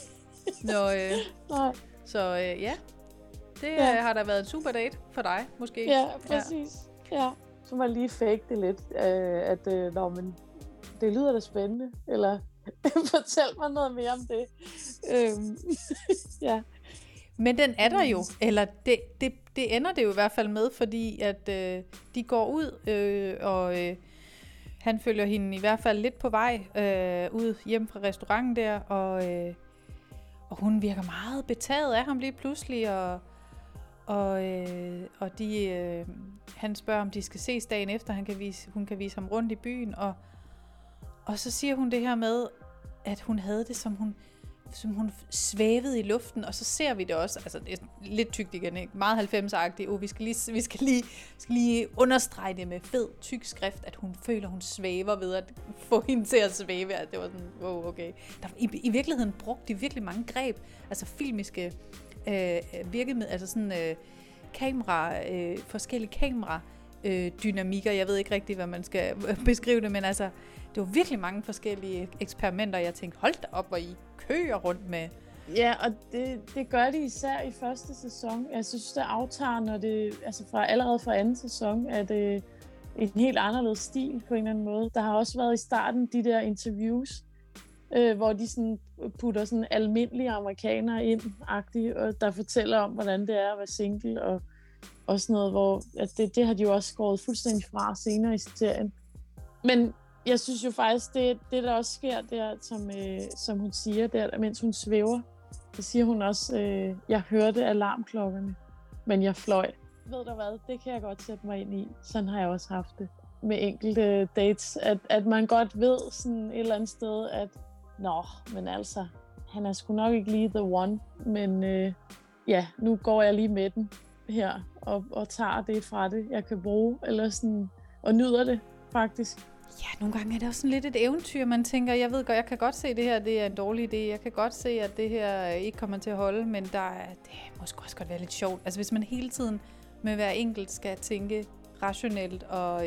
Ja, det har da været en super date for dig, måske. Ja, præcis. Ja. Så må jeg lige fake det lidt, men det lyder da spændende, eller fortæl mig noget mere om det. Ja. Men den er der jo, eller det ender det jo i hvert fald med, fordi at de går ud, og han følger hende i hvert fald lidt på vej ud hjem fra restauranten der, og hun virker meget betaget af ham lige pludselig, og han spørger, om de skal ses dagen efter, hun kan vise ham rundt i byen, og så siger hun det her med, at hun havde det, som hun svævede i luften, og så ser vi det også, altså det er lidt tykt igen, ikke? Meget 90'er-agtigt, vi skal lige understrege det med fed, tyk skrift, at hun føler, hun svæver ved at få hende til at svæve, at det var sådan, wow, okay. I virkeligheden brugte de virkelig mange greb, altså filmiske virkemidler, altså sådan forskellige kamera, dynamikker, jeg ved ikke rigtig, hvad man skal beskrive det, men altså, det var virkelig mange forskellige eksperimenter, jeg tænkte, hold da op, hvor I kører rundt med. Ja, og det gør de især i første sæson. Jeg synes, det aftager, når det, altså allerede fra anden sæson, er det en helt anderledes stil på en eller anden måde. Der har også været i starten de der interviews, hvor de sådan putter sådan almindelige amerikanere ind-agtigt, og der fortæller om, hvordan det er at være single, og sådan noget, hvor det har de jo også skåret fuldstændig fra senere i serien. Men jeg synes jo faktisk, det der også sker der, som hun siger der, mens hun svæver, så siger hun også, jeg hørte alarmklokkerne, men jeg fløj. Ved du hvad, det kan jeg godt sætte mig ind i. Sådan har jeg også haft det med enkelte dates, at man godt ved sådan et eller andet sted, at men altså, han er sgu nok ikke lige the one, men nu går jeg lige med den her, og tager det fra det, jeg kan bruge, eller sådan, og nyder det faktisk. Ja, nogle gange er det også sådan lidt et eventyr, man tænker, jeg kan godt se, at det her det er en dårlig idé, jeg kan godt se, at det her ikke kommer til at holde, men det må sgu også godt være lidt sjovt. Altså hvis man hele tiden med hver enkelt skal tænke rationelt og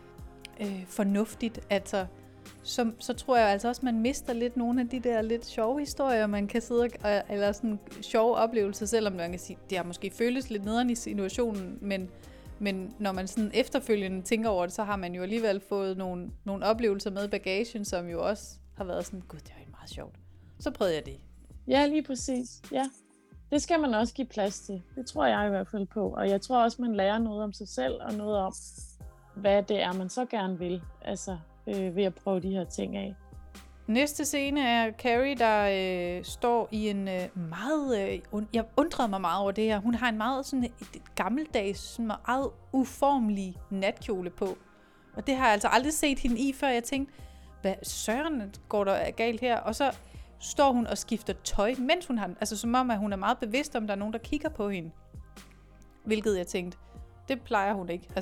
fornuftigt, altså, så tror jeg altså også, man mister lidt nogle af de der lidt sjove historier, man kan sidde eller sådan sjove oplevelser, selvom man kan sige, det har måske føles lidt nederen i situationen, men når man sådan efterfølgende tænker over det, så har man jo alligevel fået nogle oplevelser med bagagen, som jo også har været sådan, gud, det var meget sjovt. Så prøvede jeg det. Ja, lige præcis. Ja. Det skal man også give plads til. Det tror jeg i hvert fald på. Og jeg tror også, man lærer noget om sig selv, og noget om, hvad det er, man så gerne vil. Altså ved at prøve de her ting af. Næste scene er Carrie, der står i en meget... jeg undrede mig meget over det her. Hun har en meget sådan gammeldags, sådan meget uformelig natkjole på. Og det har jeg altså aldrig set hende i, før jeg tænkte, hvad søren går der galt her? Og så står hun og skifter tøj, mens hun har... Altså som om, at hun er meget bevidst om, der er nogen, der kigger på hende. Hvilket jeg tænkte, det plejer hun ikke.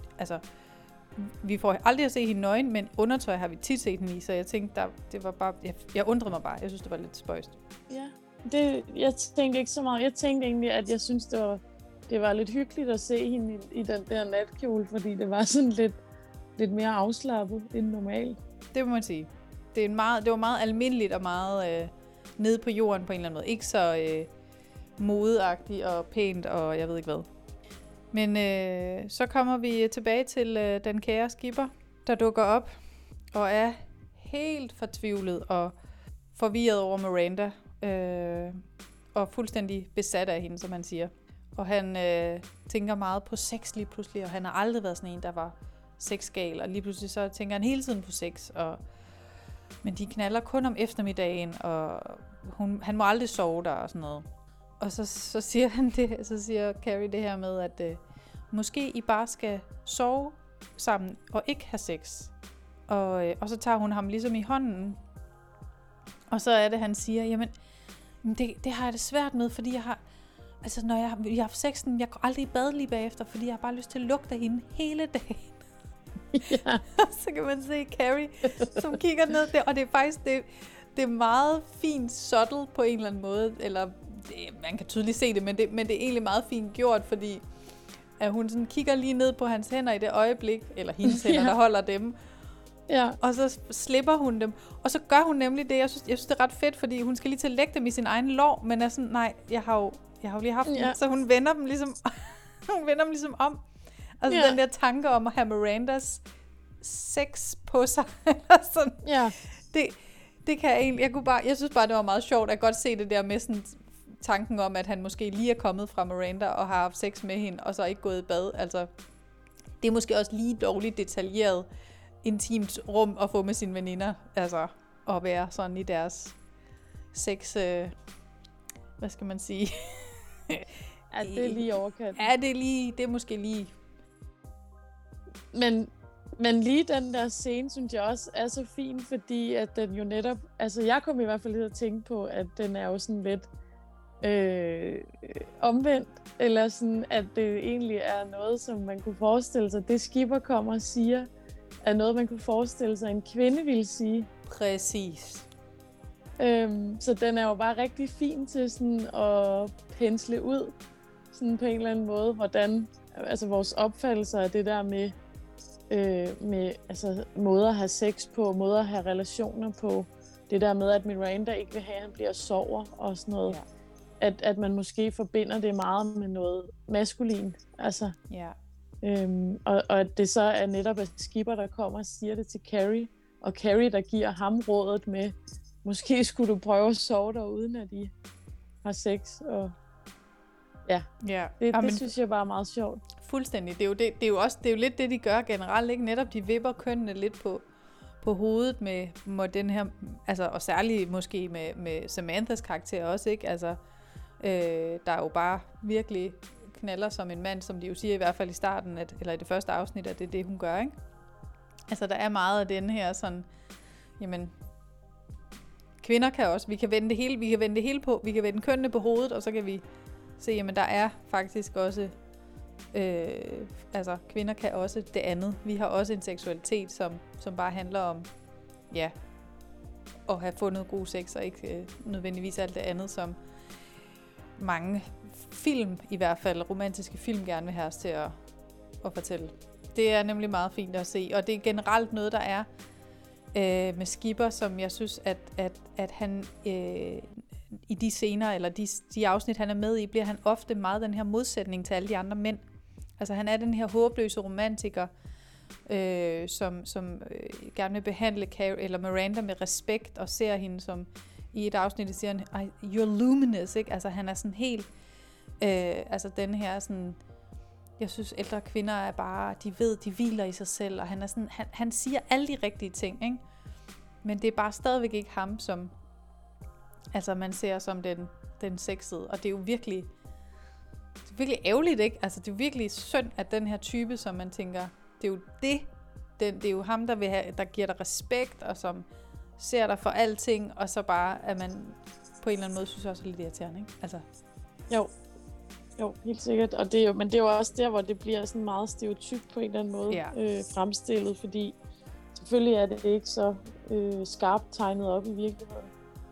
Vi får aldrig at se hende nøgen, men undertøj har vi tit set hende i, så jeg tænkte, det var bare... Jeg undrede mig bare. Jeg synes, det var lidt spøjst. Ja, jeg tænkte ikke så meget. Jeg tænkte egentlig, at jeg synes, det var lidt hyggeligt at se hende i den der natkjole, fordi det var sådan lidt mere afslappet end normalt. Det må man sige. Det var meget almindeligt og meget nede på jorden på en eller anden måde. Ikke så modeagtigt og pænt og jeg ved ikke hvad. Men så kommer vi tilbage til den kære skipper, der dukker op og er helt fortvivlet og forvirret over Miranda. Og fuldstændig besat af hende, som han siger. Og han tænker meget på sex lige pludselig, og han har aldrig været sådan en, der var sexgal. Og lige pludselig så tænker han hele tiden på sex. Men de knaller kun om eftermiddagen, og han må aldrig sove der og sådan noget. Og så siger han det, så siger Carrie det her med, at måske I bare skal sove sammen og ikke have sex. Og så tager hun ham ligesom i hånden. Og så er det, han siger, jamen, det har jeg det svært med, fordi jeg har... Altså, når jeg har haft sexen, jeg går aldrig i bad lige bagefter, fordi jeg har bare lyst til at lugte af hende hele dagen. Ja. Så kan man se Carrie, som kigger ned der, og det er faktisk... Det er meget fint subtle på en eller anden måde, eller man kan tydeligt se det, men det er egentlig meget fint gjort, fordi at hun sådan kigger lige ned på hans hænder i det øjeblik, eller hendes hænder, der holder dem, og så slipper hun dem. Og så gør hun nemlig det, jeg synes det er ret fedt, fordi hun skal lige til at lægge dem i sin egen lår, men er sådan, nej, jeg har jo lige haft dem, så hun vender dem ligesom om. Altså den der tanke om at have Mirandas sex på sig, eller sådan. Ja. Det kan jeg egentlig, jeg synes bare, det var meget sjovt at godt se det der med sådan tanken om, at han måske lige er kommet fra Miranda og har haft sex med hende, og så ikke gået i bad. Altså, det er måske også lige dårligt detaljeret intimt rum at få med sine veninder, altså at være sådan i deres sex, hvad skal man sige? Ja, det er lige overkanten. Ja, det er måske lige. Men lige den der scene, synes jeg også er så fin, fordi at den jo netop... Altså, jeg kom i hvert fald lidt at tænke på, at den er jo sådan lidt omvendt, eller sådan, at det egentlig er noget, som man kunne forestille sig. Det Skipper kommer og siger, er noget, man kunne forestille sig, en kvinde ville sige. Præcis. Så den er jo bare rigtig fin til sådan at pensle ud, sådan på en eller anden måde, hvordan altså vores opfattelser af det der med altså måder at have sex på, måder at have relationer på, det der med, at Miranda ikke vil have, at han bliver sover og sådan noget. Ja. At man måske forbinder det meget med noget maskulin. Altså. Ja. Og at det så er netop at Skipper, der kommer og siger det til Carrie, og Carrie, der giver ham rådet med, måske skulle du prøve at sove der, uden at I har sex. Og ja, det synes jeg bare er meget sjovt. Fuldstændig. Det er jo lidt det, de gør generelt, ikke? Netop de vipper kønnene lidt på hovedet med den her, altså, og særligt måske med Samanthas karakter også, ikke? Altså, der er jo bare virkelig knaller som en mand, som de jo siger i hvert fald i starten, eller i det første afsnit, at det er det, hun gør, ikke? Altså, der er meget af den her sådan, jamen, kvinder kan også, vi kan vende kønnene på hovedet, og så kan vi se, jamen, der er faktisk også, altså, kvinder kan også det andet. Vi har også en seksualitet, som bare handler om, ja, at have fundet god sex, og ikke nødvendigvis alt det andet, som mange film, i hvert fald romantiske film, gerne vil have os til at fortælle. Det er nemlig meget fint at se, og det er generelt noget, der er med Skipper, som jeg synes, at han i de scener, eller de afsnit, han er med i, bliver han ofte meget den her modsætning til alle de andre mænd. Altså han er den her håbløse romantiker, som gerne vil behandle Carrie, eller Miranda med respekt, og ser hende som, i et afsnit, siger han, you're luminous, ikke? Altså han er sådan helt, altså den her sådan, jeg synes ældre kvinder er bare, de hviler i sig selv, og han er sådan, han siger alle de rigtige ting, ikke? Men det er bare stadigvæk ikke ham, som, altså man ser som den sexede, og det er jo virkelig ærgerligt, ikke? Altså det er jo virkelig synd, at den her type, som man tænker, det er jo det er jo ham, der giver dig respekt, og som ser dig for alting, og så bare, at man på en eller anden måde synes også er lidt irriterende, ikke? Altså. Jo, helt sikkert. Og men det er jo også der, hvor det bliver sådan meget stereotypt på en eller anden måde fremstillet, fordi selvfølgelig er det ikke så skarpt tegnet op i virkeligheden.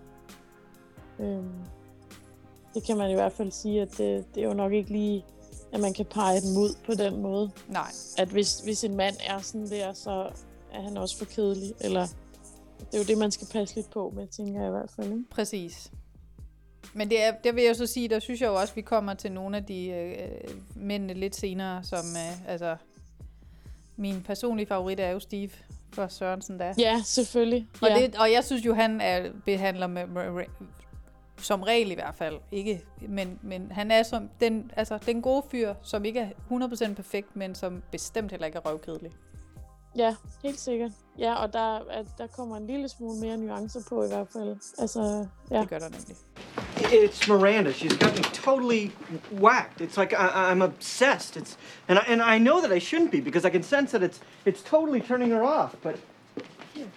Det kan man i hvert fald sige, at det er jo nok ikke lige, at man kan pege dem ud på den måde. Nej. At hvis en mand er sådan der, så er han også for kedelig. Eller det er jo det, man skal passe lidt på med, tænker jeg i hvert fald. Ikke? Præcis. Men det vil jeg så sige, der synes jeg jo også, at vi kommer til nogle af de mændene lidt senere, som altså min personlige favorit er jo Steve for Sørensen der. Ja, selvfølgelig. Og jeg synes jo, han behandler med som regel i hvert fald, ikke, men han er som den gode fyr, som ikke er 100% perfekt, men som bestemt heller ikke er røvkedelig. Ja, helt sikkert. Ja, og der kommer en lille smule mere nuancer på i hvert fald. Altså, ja. Det gør der nemlig. It's Miranda. She's got me totally whacked. It's like I'm obsessed. And I know that I shouldn't be because I can sense that it's totally turning her off. But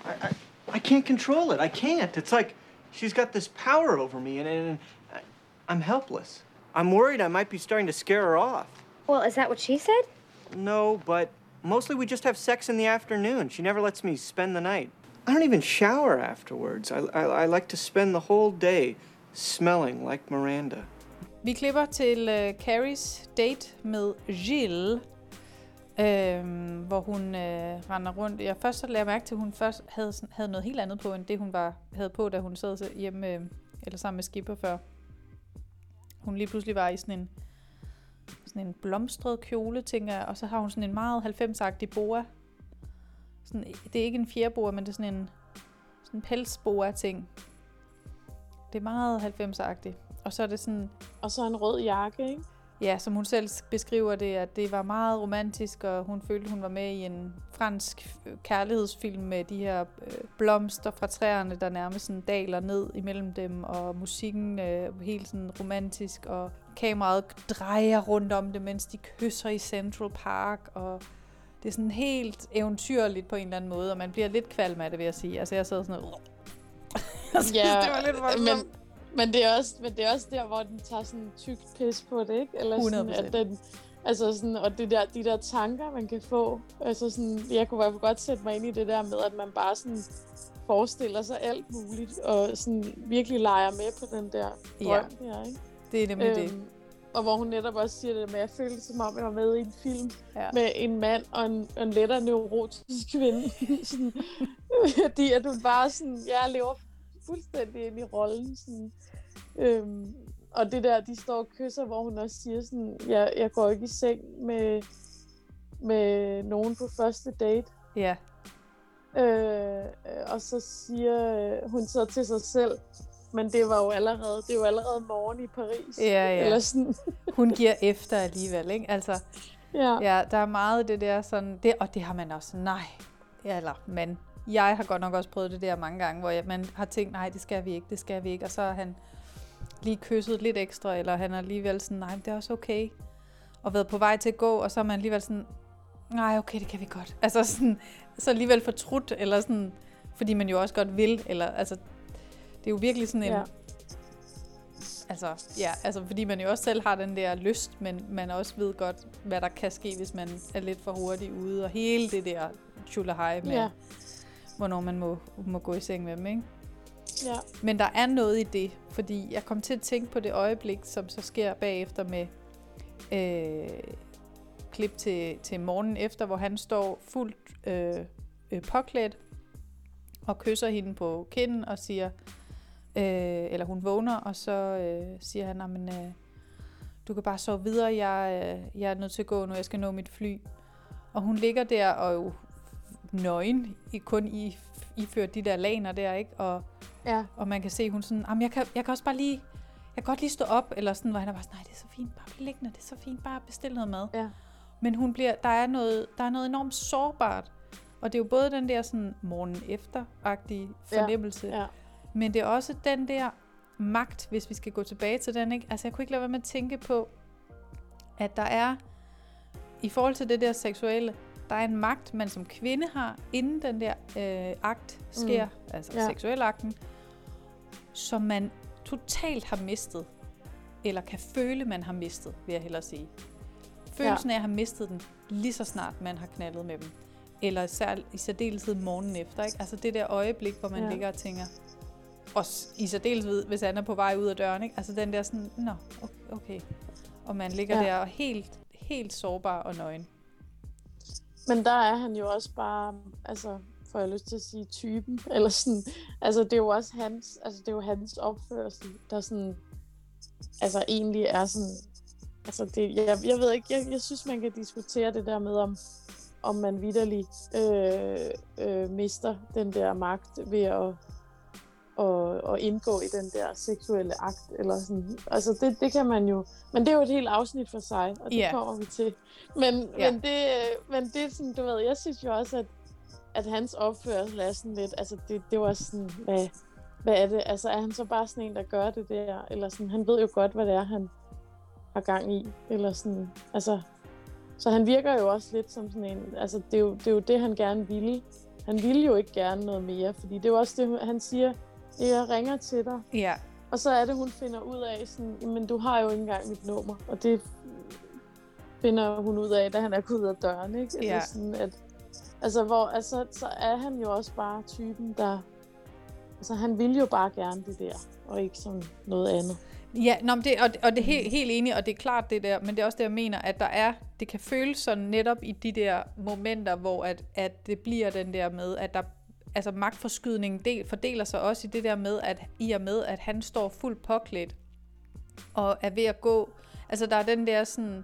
I can't control it. I can't. It's like she's got this power over me, and I'm helpless. I'm worried I might be starting to scare her off. Well, is that what she said? No, but mostly we just have sex in the afternoon. She never lets me spend the night. I don't even shower afterwards. I like to spend the whole day smelling like Miranda. Vi klipper til Carries date med Gilles, hvor hun render rundt. Jeg først så lagde jeg mærke til, at hun først havde noget helt andet på, end det hun havde på, da hun sad hjemme eller sammen med Skipper før. Hun lige pludselig var i sådan en blomstret kjole, tænker jeg, og så har hun sådan en meget 90'agtig boa. Sådan, det er ikke en fjerboa, men det er sådan en pelsboa-ting. Det er meget 90'agtigt. Og så er det sådan... Og så en rød jakke, ikke? Ja, som hun selv beskriver det, at det var meget romantisk, og hun følte, hun var med i en fransk kærlighedsfilm med de her blomster fra træerne, der nærmest sådan daler ned imellem dem, og musikken helt sådan romantisk, og kameraet drejer rundt om det, mens de kysser i Central Park, og det er sådan helt eventyrligt på en eller anden måde, og man bliver lidt kvalm af det, vil jeg sige. Altså, jeg sad sådan noget... Ja, det var lidt voldsomt. Men det er også der, hvor den tager sådan tyk pis på det, ikke? Eller sådan, 100%. at den, altså sådan, og de der tanker, man kan få. Altså sådan, jeg kunne i hvert fald godt sætte mig ind i det der med, at man bare sådan forestiller sig alt muligt, og sådan virkelig leger med på den der drøm der, ikke? Det er nemlig det. Og hvor hun netop også siger det med, at jeg følte som om, jeg var med i en film med en mand og en lettere neurotisk kvinde. Sådan, fordi at hun bare sådan, jeg lever fuldstændig ind i rollen. Sådan. Og det der, de står og kysser, hvor hun også siger sådan, jeg går ikke i seng med nogen på første date. Ja. Og så siger hun så til sig selv, men det er jo allerede morgen i Paris. Ja. Eller sådan. Hun giver efter alligevel, ikke? Altså, ja, der er meget det der sådan, og det har man også, men jeg har godt nok også prøvet det der mange gange, hvor man har tænkt, nej, det skal vi ikke, og så har han lige kysset lidt ekstra, eller han er alligevel sådan, nej, det er også okay, og været på vej til at gå, og så er man alligevel sådan, nej, okay, det kan vi godt. Altså sådan, så alligevel fortrudt, eller sådan, fordi man jo også godt vil, eller altså, det er jo virkelig sådan en, altså fordi man jo også selv har den der lyst, men man også ved godt, hvad der kan ske, hvis man er lidt for hurtig ude, og hele det der tjulahej med, hvornår man må gå i seng med dem, ikke? Ja. Men der er noget i det, fordi jeg kom til at tænke på det øjeblik, som så sker bagefter med klip til morgenen efter, hvor han står fuldt påklædt og kysser hende på kinden og siger, eller hun vågner, og så siger han, men du kan bare sove videre, jeg er nødt til at gå nu, jeg skal nå mit fly. Og hun ligger der og jo nøgen, kun iført de der laner der, ikke? Og man kan se, hun sådan, jeg kan også bare lige, jeg kan godt lige stå op, eller sådan, hvor han er bare sådan, nej, det er så fint, bare blive liggende, det er så fint, bare bestil noget mad. Ja. Men der er noget enormt sårbart, og det er jo både den der sådan morgen efter-agtige fornemmelse, men det er også den der magt, hvis vi skal gå tilbage til den, ikke? Altså, jeg kunne ikke lade være med at tænke på, at der er, i forhold til det der seksuelle, der er en magt, man som kvinde har, inden den der akt sker, altså seksualakten, som man totalt har mistet, eller kan føle, man har mistet, vil jeg hellere sige. Følelsen af at have mistet den, lige så snart man har knaldet med dem. Eller i særdeleshed morgenen efter, ikke? Altså det der øjeblik, hvor man ligger og tænker, og i særdeleshed, hvis han er på vej ud af døren, ikke? Altså den der sådan, okay. Og man ligger der og helt sårbar og nøgen. Men der er han jo også bare, altså, får jeg lyst til at sige, typen, eller sådan, altså det er jo også hans opførsel, der sådan, altså egentlig er sådan, altså det, jeg ved ikke, jeg synes man kan diskutere det der med, om man vitterligt mister den der magt ved at indgå i den der seksuelle akt, eller sådan. Altså det kan man jo, men det er jo et helt afsnit for sig, og det kommer vi til. Men det er sådan, du ved, jeg synes jo også, at hans opførsel er sådan lidt, altså det var sådan, hvad er det? Altså er han så bare sådan en, der gør det der, eller sådan, han ved jo godt, hvad det er, han har gang i, eller sådan, altså, så han virker jo også lidt som sådan en, altså det er jo det, han gerne ville, han ville jo ikke gerne noget mere, fordi det er jo også det, han siger, jeg ringer til dig. Ja. Og så er det, hun finder ud af, sådan, men du har jo ikke engang mit nummer, og det finder hun ud af, da han er gået ud af døren, ikke? Ja. Altså sådan, at, så er han jo også bare typen, der, altså han vil jo bare gerne det der, og ikke sådan noget andet. Ja, nå, men det er helt enig, og det er klart det der, men det er også det, jeg mener, at det kan føles sådan netop i de der momenter, hvor at det bliver den der med, at der, altså magtforskydningen fordeler sig også i det der med, at i og med, at han står fuldt påklædt, og er ved at gå, altså der er den der sådan,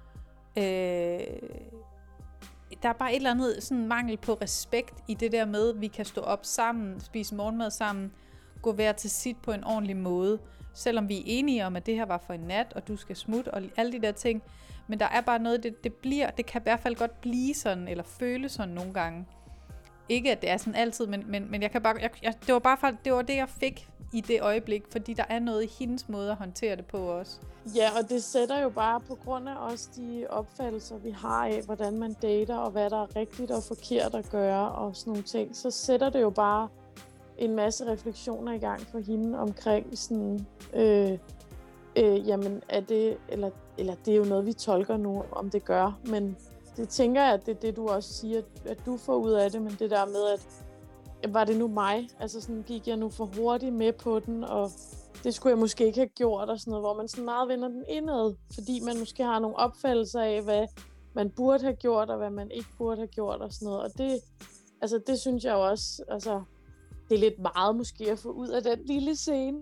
der er bare et eller andet sådan mangel på respekt i det der med, at vi kan stå op sammen, spise morgenmad sammen, gå hver til sit på en ordentlig måde, selvom vi er enige om, at det her var for en nat, og du skal smutte, og alle de der ting. Men der er bare noget, det kan i hvert fald godt blive sådan, eller føles sådan nogle gange. Ikke, at det er sådan altid, men jeg kan bare, det var det, jeg fik i det øjeblik, fordi der er noget i hendes måde at håndtere det på os. Ja, og det sætter jo bare på grund af også de opfattelser, vi har af, hvordan man dater, og hvad der er rigtigt og forkert at gøre, og sådan nogle ting, så sætter det jo bare en masse refleksioner i gang for hende omkring sådan, jamen er det, eller det er jo noget, vi tolker nu, om det gør, men det tænker jeg, at det er det, du også siger, at du får ud af det, men det der med, at var det nu mig? Altså sådan gik jeg nu for hurtigt med på den, og det skulle jeg måske ikke have gjort, og sådan noget, hvor man sådan meget vender den indad, fordi man måske har nogle opfattelser af, hvad man burde have gjort, og hvad man ikke burde have gjort, og sådan noget. Og det synes jeg jo også, altså, det er lidt meget måske at få ud af den lille scene,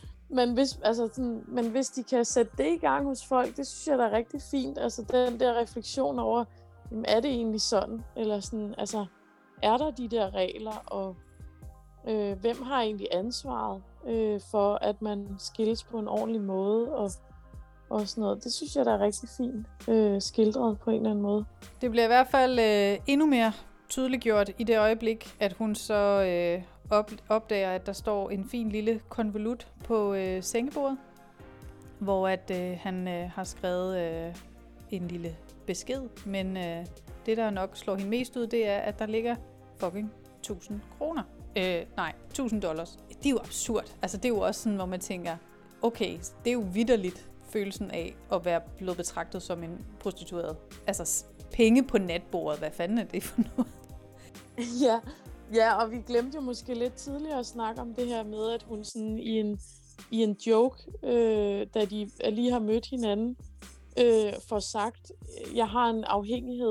men hvis de kan sætte det i gang hos folk, det synes jeg da er rigtig fint. Altså den der refleksion over, jamen, er det egentlig sådan? Eller sådan, altså, er der de der regler, og hvem har egentlig ansvaret for, at man skilles på en ordentlig måde, og sådan noget. Det synes jeg, der er rigtig fint skildret på en eller anden måde. Det bliver i hvert fald endnu mere tydeliggjort i det øjeblik, at hun så opdager, at der står en fin lille konvolut på sengebordet, hvor at han har skrevet en lille besked, men det, der nok slår hende mest ud, det er, at der ligger fucking 1000 kroner. Nej, $1,000. Det er jo absurd. Altså, det er jo også sådan, hvor man tænker, okay, det er jo vitterligt følelsen af at være blevet betragtet som en prostitueret. Altså, penge på natbordet, hvad fanden er det for noget? Ja, og vi glemte jo måske lidt tidligere at snakke om det her med, at hun sådan i en joke, da de lige har mødt hinanden, får sagt, jeg har en afhængighed.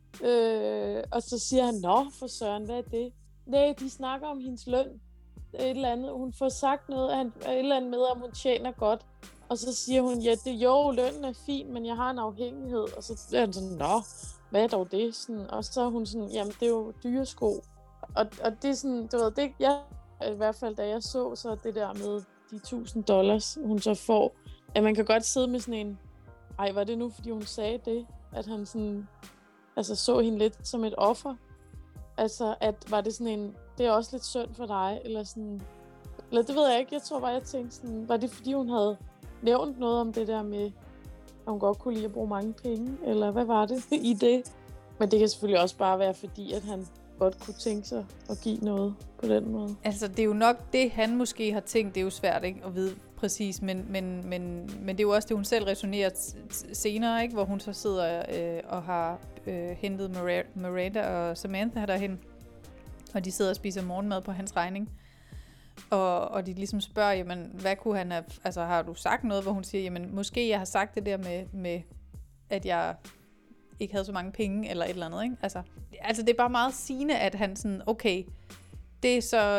Og så siger han, nå for søren, hvad er det? Nej, de snakker om hendes løn. Et eller andet. Hun får sagt noget, et eller andet med, om hun tjener godt. Og så siger hun, ja, lønnen er fin, men jeg har en afhængighed. Og så er han sådan, nå, hvad er dog det? Sådan, og så er hun sådan, jamen, det er jo dyre sko. Og det er sådan, du ved, det, jeg, i hvert fald da jeg så det der med de $1,000, hun så får, at man kan godt sidde med sådan en, ej, var det nu, fordi hun sagde det? At han sådan, altså så hende lidt som et offer. Altså, at var det sådan en, det er også lidt synd for dig, eller sådan, eller det ved jeg ikke, jeg tror bare, jeg tænkte sådan, var det fordi hun havde nævnt noget om det der med, at hun godt kunne lide at bruge mange penge, eller hvad var det i det? Men det kan selvfølgelig også bare være fordi, at han godt kunne tænke sig at give noget på den måde. Altså, det er jo nok det, han måske har tænkt, det er jo svært ikke at vide præcis, men det er jo også det, hun selv resonerer senere, ikke? Hvor hun så sidder og har hentet Miranda og Samantha derhen, og de sidder og spiser morgenmad på hans regning. Og de ligesom spørger, jamen, hvad kunne han have, altså har du sagt noget, hvor hun siger, jamen, måske jeg har sagt det der med at jeg ikke havde så mange penge, eller et eller andet, ikke? Altså det er bare meget sigende, at han sådan, okay, det er så,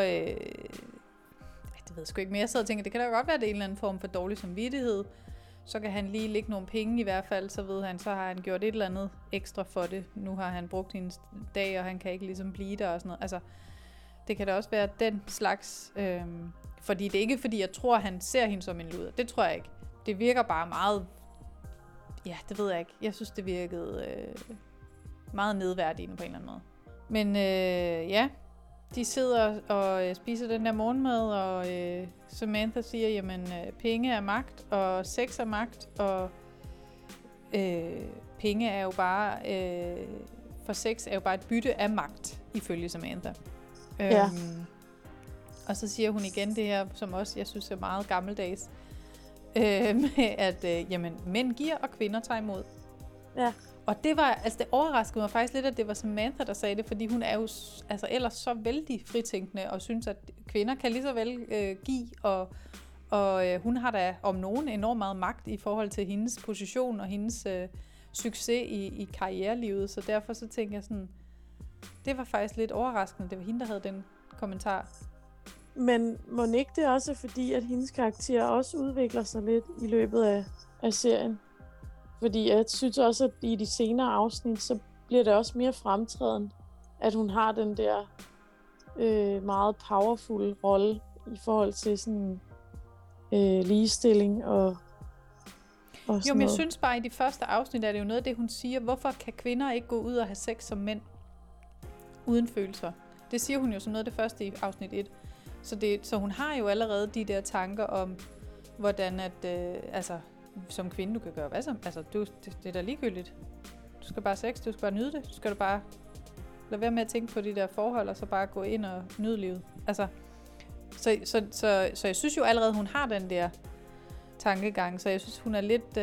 det ved jeg sgu ikke, men jeg sidder og tænker, det kan da godt være, det er en eller anden form for dårlig samvittighed, så kan han lige lægge nogle penge i hvert fald, så ved han, så har han gjort et eller andet ekstra for det, nu har han brugt hendes dag, og han kan ikke ligesom blive der og sådan noget, altså, det kan da også være den slags, fordi det er ikke fordi, jeg tror, han ser hende som en luder, det tror jeg ikke, det virker bare meget, ja, det ved jeg ikke, jeg synes, det virkede meget nedværdigende på en eller anden måde. Men ja, de sidder og spiser den der morgenmad, og Samantha siger, jamen penge er magt, og sex er magt, og penge er jo bare, for sex er jo bare et bytte af magt. ifølge Samantha. Ja. Og så siger hun igen det her, som også jeg synes er meget gammeldags, med at jamen, mænd giver, og kvinder tager imod. Ja. Og det overraskede mig faktisk lidt, at det var Samantha, der sagde det, fordi hun er jo ellers så vældig fritænkende, og synes, at kvinder kan lige så vel give, og hun har da om nogen enormt meget magt i forhold til hendes position og hendes succes i karrierelivet, så derfor så tænker jeg sådan, det var faktisk lidt overraskende, det var hende, der havde den kommentar. Men mon ikke det også er fordi, at hendes karakter også udvikler sig lidt i løbet af serien? Fordi jeg synes også, at i de senere afsnit, så bliver det også mere fremtrædende, at hun har den der meget powerful rolle i forhold til sådan ligestilling og sådan jo, men jeg noget. synes bare, i de første afsnit er det jo noget af det, hun siger, hvorfor kan kvinder ikke gå ud og have sex som mænd uden følelser? Det siger hun jo som noget af det første i afsnit 1. Så hun har jo allerede de der tanker om, hvordan at, som kvinde, du kan gøre hvad som. Altså, det er da ligegyldigt. Du skal bare sex, du skal bare nyde det. Du skal bare lade være med at tænke på de der forhold, og så bare gå ind og nyde livet. Altså, så jeg synes jo allerede, hun har den der tankegang, så jeg synes, hun er lidt...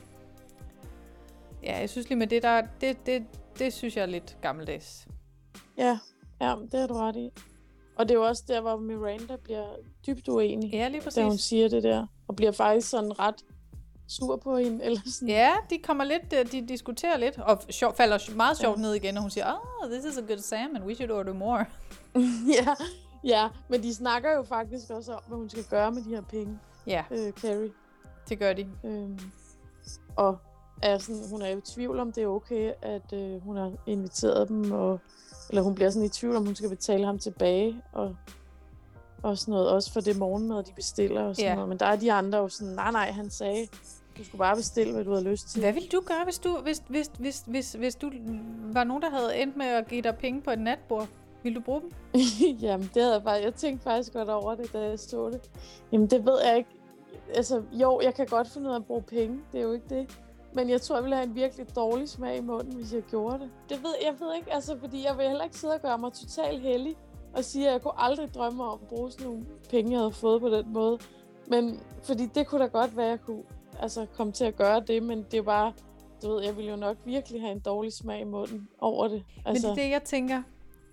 jeg synes lige med det der, det synes jeg er lidt gammeldags. Ja, det har du ret i. Og det er jo også der, hvor Miranda bliver dybt uenig, ja, lige præcis. Da hun siger det der, og bliver faktisk sådan ret sur på hende. Eller sådan. Ja, de kommer lidt, de diskuterer lidt, og falder meget sjovt ned igen, og hun siger, this is a good salmon, we should order more. ja, men de snakker jo faktisk også om, hvad hun skal gøre med de her penge. Ja, Carrie. Det gør de. Og hun er jo i tvivl om, det er okay, at hun har inviteret dem, eller hun bliver sådan i tvivl om, hun skal betale ham tilbage, og sådan noget, også for det morgenmad, de bestiller og sådan noget. Men der er de andre jo sådan, nej, han sagde, du skulle bare bestille, hvad du havde lyst til. Hvad ville du gøre, hvis du var nogen, der havde endt med at give dig penge på et natbord? Vil du bruge dem? Jamen, det havde jeg tænkte faktisk godt over det, da jeg så det. Jamen, det ved jeg ikke. Altså, jo, jeg kan godt finde ud af at bruge penge. Det er jo ikke det. Men jeg tror, jeg ville have en virkelig dårlig smag i munden, hvis jeg gjorde det. Jeg ved ikke, altså, fordi jeg vil heller ikke sidde og gøre mig totalt heldig og sige, at jeg kunne aldrig drømme om at bruge sådan nogle penge, jeg havde fået på den måde. Men fordi det kunne da godt være, at jeg kunne komme til at gøre det, men det er jo bare, du ved, jeg ville jo nok virkelig have en dårlig smag i munden over det. Altså. Men det er det, jeg tænker.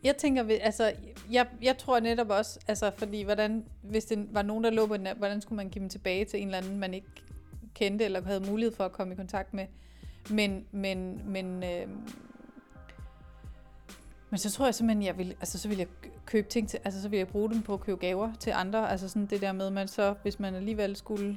Jeg tror netop også, fordi hvis det var nogen, der lå på hvordan skulle man give dem tilbage til en eller anden, man ikke kendte, eller havde mulighed for at komme i kontakt med. Men så tror jeg simpelthen, så ville jeg købe ting til, så ville jeg bruge dem på at købe gaver til andre. Altså sådan det der med, man så, hvis man alligevel skulle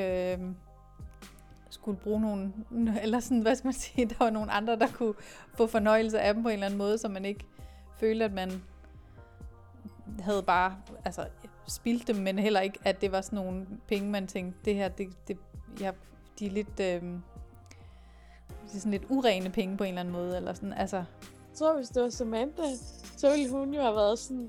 bruge nogen, eller sådan, hvad skal man sige, der var nogle andre, der kunne få fornøjelse af dem på en eller anden måde, så man ikke følte, at man havde bare spildt dem, men heller ikke, at det var sådan nogle penge, man tænkte, det her, de er lidt, det er sådan lidt urene penge på en eller anden måde, eller sådan, altså. Jeg tror, hvis det var Samantha, så ville hun jo have været sådan,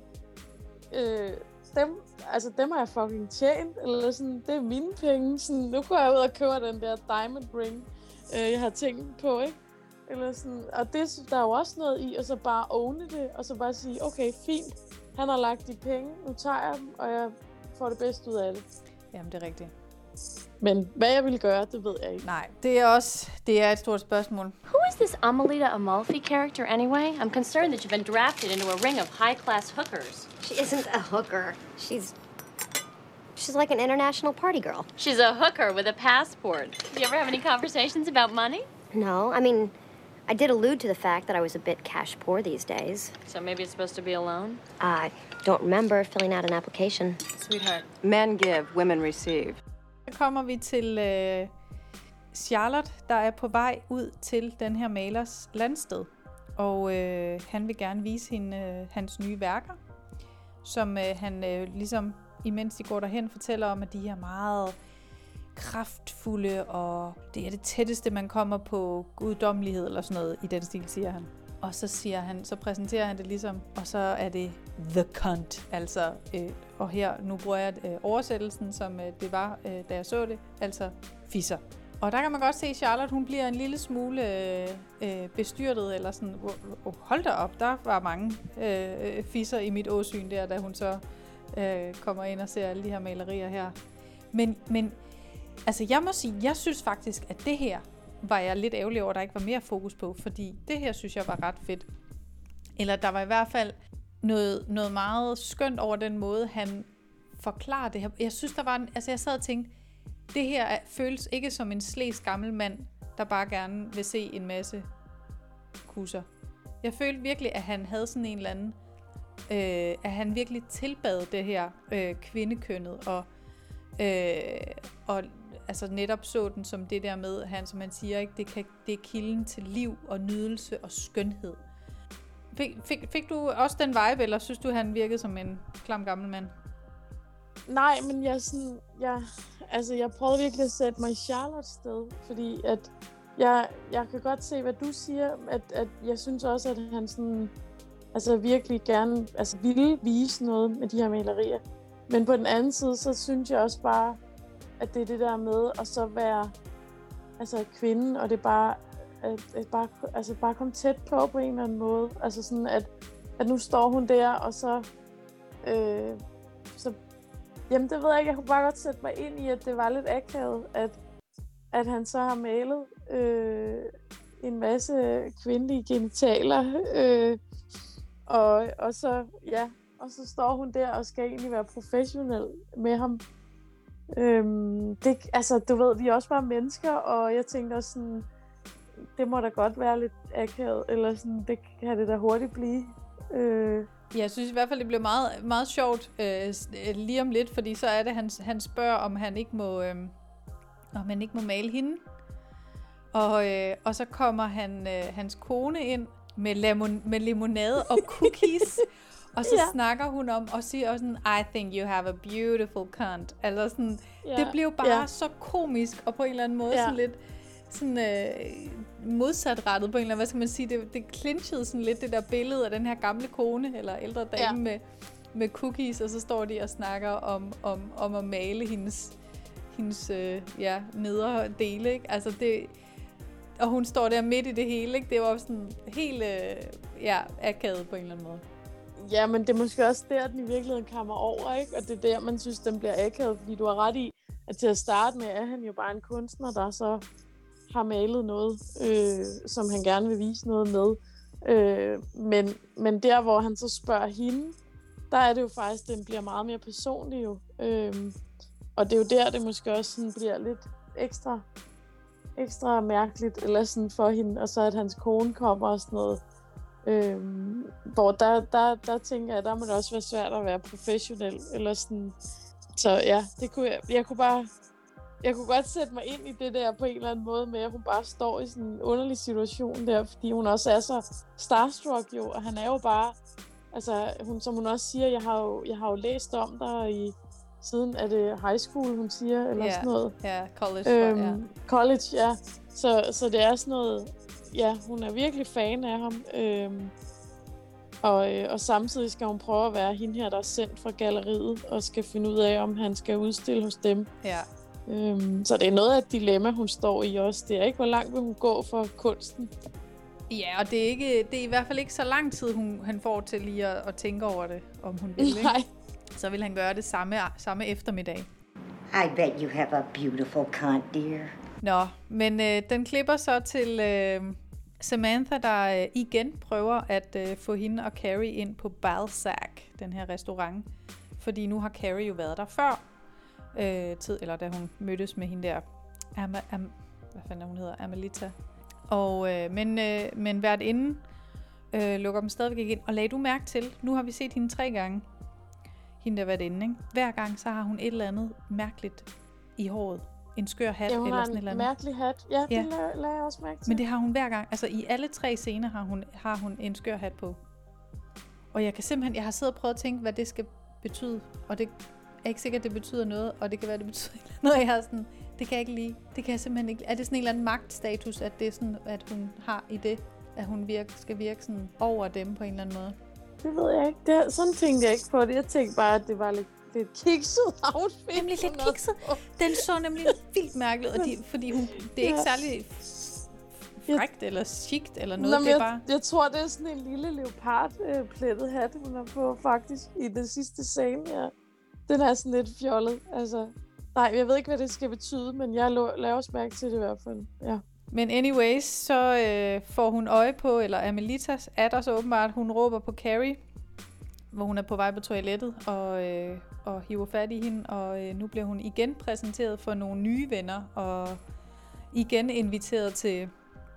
dem har jeg fucking tjent, eller sådan, det er mine penge, sådan, nu går jeg ud og køber den der diamond ring, jeg har tænkt på, ikke? Eller sådan, og det, der er jo også noget i, og så bare owne det, og så bare sige, okay, fint, han har lagt de penge, nu tager jeg dem, og jeg får det bedste ud af det. Jamen, det er rigtigt. Men hvad jeg ville gøre, det ved jeg ikke. Nej, det er et stort spørgsmål. Who is this Amelita Amalfi character anyway? I'm concerned that you've been drafted into a ring of high-class hookers. She isn't a hooker. She's like an international party girl. She's a hooker with a passport. Do you ever have any conversations about money? No, I mean, I did allude to the fact that I was a bit cash poor these days. So maybe it's supposed to be a loan? I don't remember filling out an application. Sweetheart. Men give, women receive. Så kommer vi til Charlotte, der er på vej ud til den her malers landsted. Og han vil gerne vise hende hans nye værker, som han ligesom, imens de går derhen, fortæller om, at de er meget kraftfulde, og det er det tætteste, man kommer på guddommelighed, eller sådan noget i den stil, siger han. Og så præsenterer han det ligesom, og så er det the cunt, altså, og her, nu bruger jeg oversættelsen, som det var, da jeg så det, altså fisser. Og der kan man godt se, at Charlotte, hun bliver en lille smule bestyrtet, eller sådan, hold da op, der var mange fisser i mit åsyn der, da hun så kommer ind og ser alle de her malerier her. Men altså, jeg må sige, jeg synes faktisk, at det her var jeg lidt ærgerlig over, at der ikke var mere fokus på, fordi det her synes jeg var ret fedt. Eller der var i hvert fald noget meget skønt over den måde, han forklarer det her. Jeg synes, der var jeg sad og tænkte, det her føles ikke som en slæs gammel mand, der bare gerne vil se en masse kusser. Jeg følte virkelig, at han havde sådan en eller anden, at han virkelig tilbad det her kvindekønnet, og altså netop så den som det der med, som han siger, ikke, det er kilden til liv og nydelse og skønhed. Fik du også den vibe, eller synes du, han virkede som en klam gammel mand? Nej, men jeg prøvede virkelig at sætte mig i Charlottes sted, fordi at jeg kan godt se, hvad du siger, at jeg synes også, at han sådan, altså virkelig gerne ville vise noget med de her malerier. Men på den anden side, så synes jeg også bare, at det er det der med at så være kvinden, og det er bare bare komme tæt på en eller anden måde. Altså sådan, at nu står hun der, og så jamen det ved jeg ikke, jeg kunne bare godt sætte mig ind i, at det var lidt akavet, at han så har malet en masse kvindelige genitaler, og så står hun der og skal egentlig være professionel med ham. Du ved, vi er også bare mennesker, og jeg tænkte også sådan, det må da godt være lidt akavet, eller sådan, det kan det da hurtigt blive. Jeg synes i hvert fald, det blev meget, meget sjovt lige om lidt, fordi så er det, han spørger, om han ikke må male hende. Og så kommer hans kone ind med limonade og cookies, og så snakker hun om, og siger også sådan, I think you have a beautiful cunt. Altså sådan, det blev bare så komisk, og på en eller anden måde sådan lidt sådan modsatrettet på en eller anden, hvad skal man sige, det clinchede sådan lidt det der billede af den her gamle kone, eller ældre dame med cookies, og så står de og snakker om at male hendes nedre dele, ikke? Altså det, og hun står der midt i det hele, ikke? Det var sådan helt akavet på en eller anden måde. Ja, men det er måske også der, den i virkeligheden kommer over, ikke? Og det er der, man synes, den bliver akavet, fordi du har ret i, at til at starte med er han jo bare en kunstner, der så har malet noget, som han gerne vil vise noget med. Men der, hvor han så spørger hende, der er det jo faktisk, den bliver meget mere personlig jo. Og det er jo der, det måske også sådan bliver lidt ekstra mærkeligt, eller sådan for hende, og så at hans kone kommer og sådan noget. Hvor der tænker jeg, der må det også være svært at være professionel, eller sådan. Så ja, det kunne jeg kunne godt sætte mig ind i det der på en eller anden måde med, at hun bare står i sådan en underlig situation der, fordi hun også er så starstruck jo, og han er jo bare, altså som hun også siger, jeg har jo læst om dig siden er det high school, hun siger, eller sådan noget. Ja, college. College, ja. Så det er sådan noget, ja, hun er virkelig fan af ham. Og samtidig skal hun prøve at være hende her, der er sendt fra galleriet, og skal finde ud af, om han skal udstille hos dem. Ja. Så det er noget af et dilemma, hun står i også. Det er ikke, hvor langt vil hun gå for kunsten. Ja, og det er i hvert fald ikke så lang tid, han får til lige at tænke over det, om hun vil. Nej. Så vil han gøre det samme eftermiddag. I bet you have a beautiful cunt, dear. Nå, men den klipper så til Samantha, der igen prøver at få hende og Carrie ind på Balzac, den her restaurant. Fordi nu har Carrie jo været der før, eller da hun mødtes med hende der, hvad fanden er hun hedder, Amelita. Og, men værtinden lukker dem stadigvæk ind. Og lagde du mærke til, nu har vi set hende 3 gange, hende der værtinden, ikke? Hver gang så har hun et eller andet mærkeligt i håret. En skør hat eller sådan et eller andet. Ja, hun har en mærkelig hat. Ja, det lagde jeg også mærke til. Men det har hun hver gang. Altså i alle 3 scener har hun en skør hat på. Og jeg har siddet og prøvet at tænke, hvad det skal betyde. Og det er ikke sikkert, at det betyder noget. Og det kan være, det betyder noget. Jeg har sådan, det kan jeg ikke lide. Det kan jeg simpelthen ikke. Er det sådan en eller anden magtstatus, at det er sådan, at hun har i det? At hun skal virke sådan over dem på en eller anden måde? Det ved jeg ikke. Sådan tænkte jeg ikke på det. Jeg tænkte bare, at det var lidt lidt kikset outfit. Nemlig lidt kikset. Den så nemlig vildt mærkelig ud, fordi det er ikke særlig frækt eller chict eller noget. Nå, det er bare... jeg tror, det er sådan en lille leopardplettet hat, hun har på faktisk i den sidste scene. Ja. Den er sådan lidt fjollet. Altså, nej, jeg ved ikke, hvad det skal betyde, men jeg laver også mærke til det i hvert fald. Ja. Men anyways, så får hun øje på, eller Amelitas er der så åbenbart, hun råber på Carrie, hvor hun er på vej på toilettet og hiver fat i hende, og nu bliver hun igen præsenteret for nogle nye venner, og igen inviteret til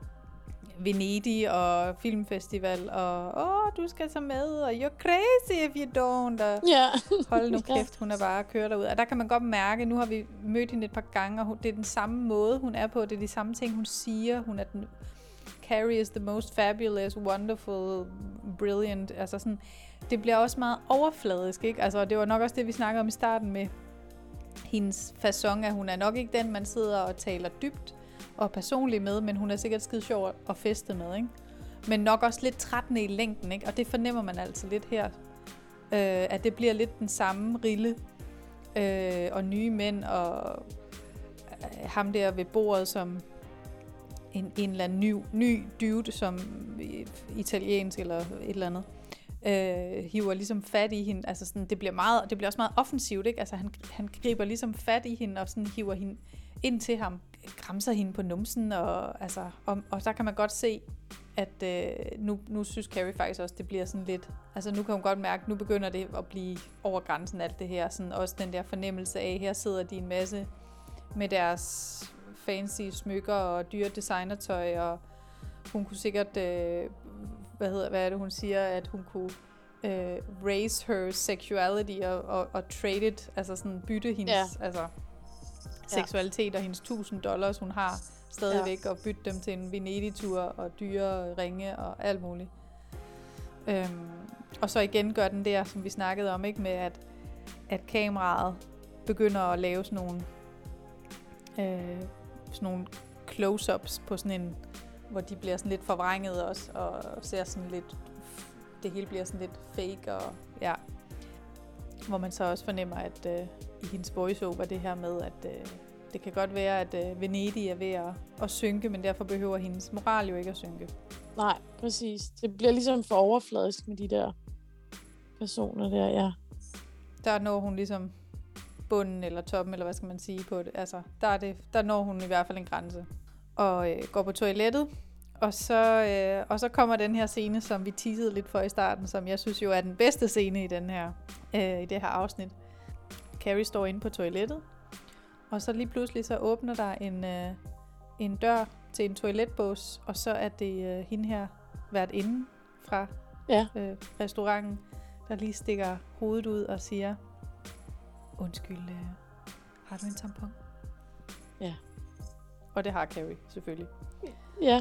Venedig og filmfestival, og du skal så med, og you're crazy if you don't, og hold nu kæft, hun er bare kørt derud. Og der kan man godt mærke, nu har vi mødt hende et par gange, og det er den samme måde, hun er på, det er de samme ting, hun siger, hun er den, Carrie is the most fabulous, wonderful, brilliant, altså sådan, det bliver også meget overfladisk, ikke? Altså, det var nok også det, vi snakkede om i starten med hendes facon, at hun er nok ikke den, man sidder og taler dybt og personligt med, men hun er sikkert skide sjov at feste med, ikke? Men nok også lidt trættende i længden, ikke? Og det fornemmer man altså lidt her, at det bliver lidt den samme rille og nye mænd, og ham der ved bordet som en eller anden ny dude, som italiensk eller et eller andet, hiver ligesom fat i hende. Altså sådan, det bliver også meget offensivt, ikke? Altså han griber ligesom fat i hende og sådan hiver hende ind til ham, gramser hende på numsen, og der kan man godt se, at nu synes Carrie faktisk også, det bliver sådan lidt, altså nu kan hun godt mærke, nu begynder det at blive over grænsen alt det her, sådan også den der fornemmelse af, her sidder de en masse med deres fancy smykker og dyre designertøj, og hun kunne sikkert, hvad er det hun siger, at hun kunne raise her sexuality og trade it, altså sådan bytte hendes, seksualitet og hendes $1,000, hun har stadigvæk, og bytte dem til en Venedig-tur og dyre ringe og alt muligt. Og så igen gør den der, som vi snakkede om, ikke, med at kameraet begynder at lave sådan nogle close-ups på sådan en, hvor de bliver sådan lidt forvrænget også, og ser sådan lidt, det hele bliver sådan lidt fake, og ja, hvor man så også fornemmer, at i hendes voice-over det her med, at det kan godt være, at Venedig er ved at synke, men derfor behøver hendes moral jo ikke at synke. Nej, præcis. Det bliver ligesom for overfladisk med de der personer der, ja. Der når hun ligesom bunden eller toppen, eller hvad skal man sige på det. Altså, der når hun i hvert fald en grænse. Og går på toilettet, og så kommer den her scene, som vi teasede lidt for i starten, som jeg synes jo er den bedste scene i i det her afsnit. Carrie står inde på toilettet, og så lige pludselig så åbner der en dør til en toiletbås, og så er det hende her værtinden fra restauranten, der lige stikker hovedet ud og siger, undskyld, har du en tampon? Ja. Og det har Carrie selvfølgelig. Ja.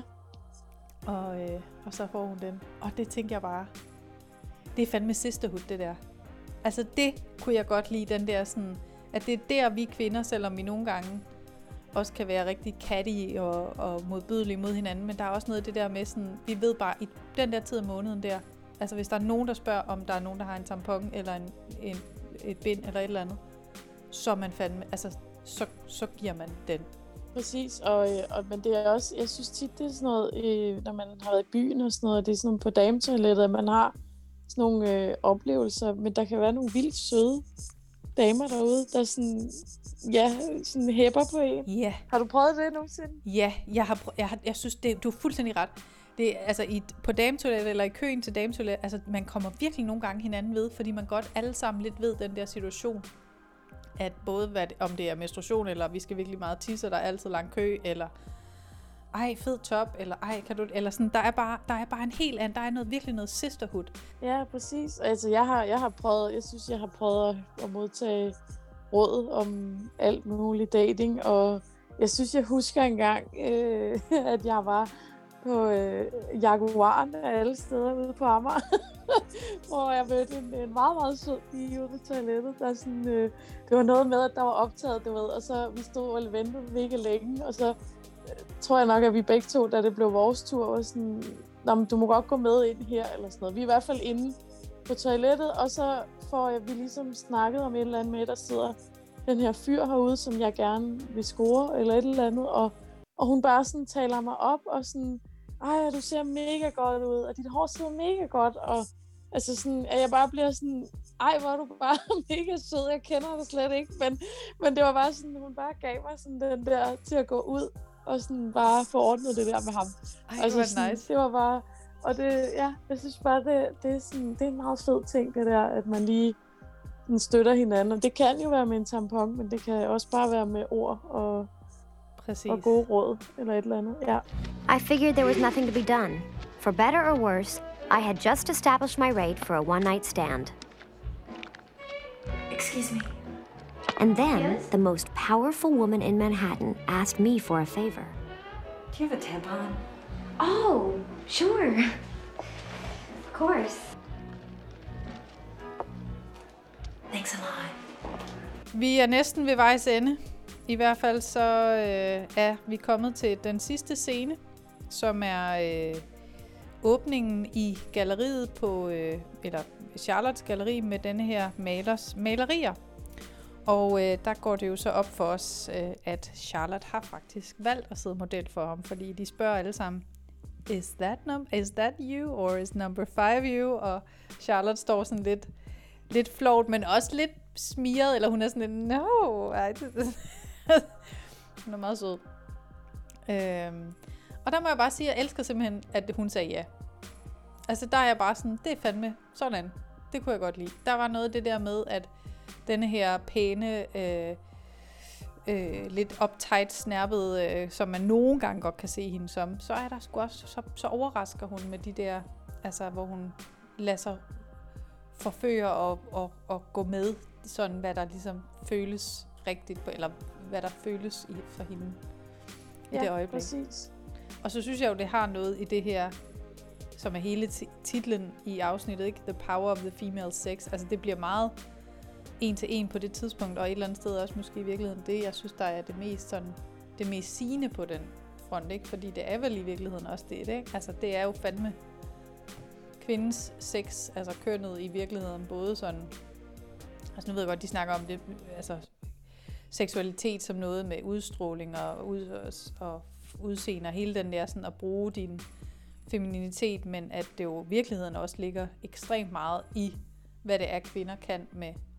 Og så får hun den. Og det tænker jeg bare, det er fandme sisterhood, det der. Altså det kunne jeg godt lide, den der sådan, at det er der vi kvinder, selvom vi nogle gange også kan være rigtig catty og modbydelige mod hinanden, men der er også noget af det der med sådan, vi ved bare, i den der tid af måneden der, altså hvis der er nogen, der spørger, om der er nogen, der har en tampon, eller et bind, eller et eller andet, så man fandme, altså så giver man den. Præcis, men det er også, jeg synes tit, det er sådan noget, når man har været i byen og sådan noget, det er sådan noget på dametoilettet, at man har sådan nogle oplevelser, men der kan være nogle vildt søde damer derude, der sådan, sådan hæpper på en. Ja. Yeah. Har du prøvet det nogensinde? Ja, jeg synes, du er fuldstændig ret. Det er, altså på dametoilettet eller i køen til dametoilettet, altså man kommer virkelig nogle gange hinanden ved, fordi man godt alle sammen lidt ved den der situation, at både om det er menstruation, eller vi skal virkelig meget tisse, der er altid lang kø, eller ej, fed top, eller ej, kan du, eller sådan, der er bare en helt anden, der er virkelig noget sisterhood. Ja, præcis. Altså, jeg har prøvet at modtage råd om alt muligt dating, og jeg synes, jeg husker engang, at jeg var på Jaguaren af alle steder ude på Amager, hvor jeg mødte en meget, meget sød pige ude på toilettet, der sådan, det var noget med, at der var optaget, du ved, og så vi stod og ventede mega længe, og så tror jeg nok, at vi begge to, da det blev vores tur, var sådan, du må godt gå med ind her, eller sådan noget. Vi er i hvert fald inde på toilettet, og så for, at vi ligesom snakkede om et eller andet med, der sidder den her fyr herude, som jeg gerne vil score, eller et eller andet, og hun bare sådan taler mig op, og sådan, ej, du ser mega godt ud, og dit hår sidder mega godt, og altså sådan, at jeg bare bliver sådan, ej, hvor er du bare mega sød, jeg kender dig slet ikke, men det var bare sådan, hun bare gav mig sådan den der til at gå ud, og sådan bare få ordnet det der med ham. Ej, altså, det var sådan, nice. Det var bare, og det, ja, jeg synes bare, det er sådan, det er en meget fed ting, det der, at man lige sådan støtter hinanden, og det kan jo være med en tampon, men det kan også bare være med ord og gode råd, eller et eller andet, ja. I figured there was nothing to be done. For better or worse, I had just established my rate for a one-night stand. Excuse me. And then, the most powerful woman in Manhattan asked me for a favor. Do you have a tampon? Oh, sure. Of course. Thanks a lot. Vi er næsten ved vejs ende. I hvert fald så er vi kommet til den sidste scene, som er åbningen i galleriet på, eller Charlottes galleri med denne her malers malerier. Og der går det jo så op for os, at Charlotte har faktisk valgt at sidde model for ham, fordi de spørger alle sammen, is that you, or is number 5 you? Og Charlotte står sådan lidt flovt, men også lidt smiret, eller hun er sådan lidt, no, hun er meget sød. Og der må jeg bare sige, at jeg elsker simpelthen, at hun sagde ja. Altså der er jeg bare sådan, det er fandme sådan. Det kunne jeg godt lide. Der var noget af det der med, at denne her pæne, lidt uptight snærpede, som man nogle gange godt kan se hende som, så er der sgu også, så overrasker hun med de der, altså hvor hun lader sig forføre og gå med, sådan hvad der ligesom føles rigtigt, eller hvad der føles for hende i det øjeblik. Præcis. Og så synes jeg jo, det har noget i det her, som er hele titlen i afsnittet, ikke? The Power of the Female Sex. Altså det bliver meget en til en på det tidspunkt, og et eller andet sted også måske i virkeligheden det, jeg synes, der er det mest sigende på den front, ikke? Fordi det er vel i virkeligheden også det, ikke? Altså det er jo fandme kvindens sex, altså kønnet i virkeligheden, både sådan, altså nu ved jeg godt, de snakker om det, altså seksualitet som noget med udstråling og udseende, og hele den der sådan at bruge din femininitet, men at det jo i virkeligheden også ligger ekstremt meget i, hvad det er, kvinder kan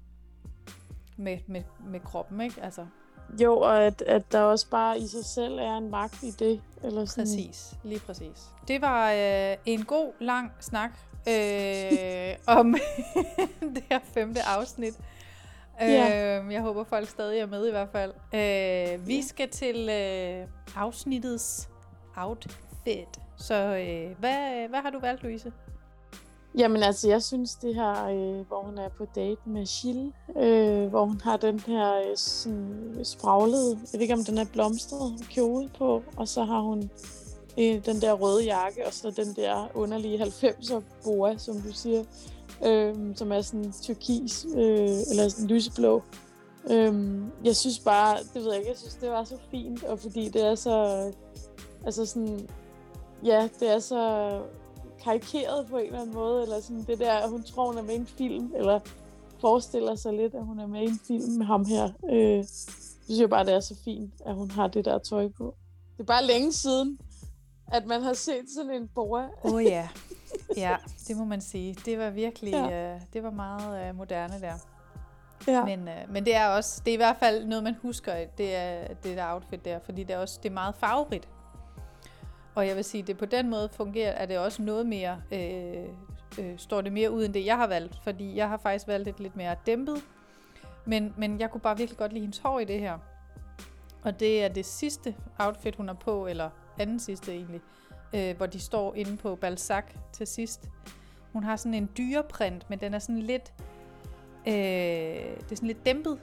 med kroppen, ikke? Altså. Jo, og at der også bare i sig selv er en magt i det. Eller sådan. Præcis, lige præcis. Det var en god, lang snak om det her 5. afsnit. Jeg håber, folk stadig er med i hvert fald. Vi skal til afsnittets outfit. Så hvad har du valgt, Louise? Jamen altså, jeg synes det her, hvor hun er på date med Gilles, hvor hun har den her sådan spraglede, jeg ved ikke om den er blomstret kjole på, og så har hun den der røde jakke, og så den der underlige 90'er boa, som du siger, som er sådan turkis, eller sådan lyseblå. Jeg synes bare, det ved jeg ikke, jeg synes det var så fint, og fordi det er så, altså sådan, ja, det er så karikeret på en eller anden måde, eller sådan det der, at hun tror, hun er med i en film, eller forestiller sig lidt, at hun er med i en film med ham her. Jeg synes jo bare, det er så fint, at hun har det der tøj på. Det er bare længe siden, at man har set sådan en boa. Ja. Ja, det må man sige. Det var virkelig, det var meget moderne der. Ja. Men det er også, det er i hvert fald noget, man husker, det er det der outfit der, fordi det er meget farverigt. Og jeg vil sige, det på den måde fungerer, at det også noget mere, står det mere ud end det, jeg har valgt. Fordi jeg har faktisk valgt et lidt mere dæmpet. Men jeg kunne bare virkelig godt lide hendes hår i det her. Og det er det sidste outfit, hun har på, eller anden sidste egentlig, hvor de står inde på Balzac til sidst. Hun har sådan en dyreprint, men den er sådan lidt, det er sådan lidt dæmpet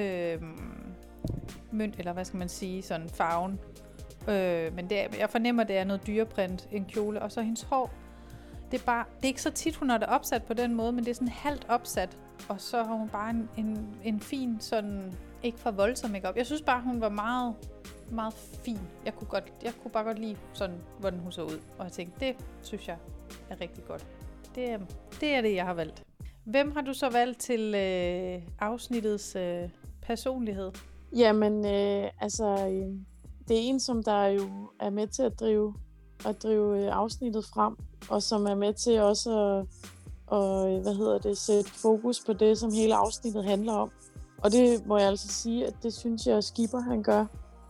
mønt, eller hvad skal man sige, sådan farven. Men jeg fornemmer, det er noget dyreprint, en kjole, og så hendes hår. Det er ikke så tit, hun har det opsat på den måde, men det er sådan halvt opsat, og så har hun bare en fin, sådan, ikke for voldsom makeup. Jeg synes bare, hun var meget, meget fin. Jeg kunne bare godt lide sådan, hvordan hun så ud, og jeg tænkte, det synes jeg er rigtig godt. Det er det, jeg har valgt. Hvem har du så valgt til afsnittets personlighed? Jamen, det er en, som der jo er med til at drive afsnittet frem, og som er med til også at sætte fokus på det, som hele afsnittet handler om. Og det må jeg altså sige, at det synes jeg, at Skipper han gør.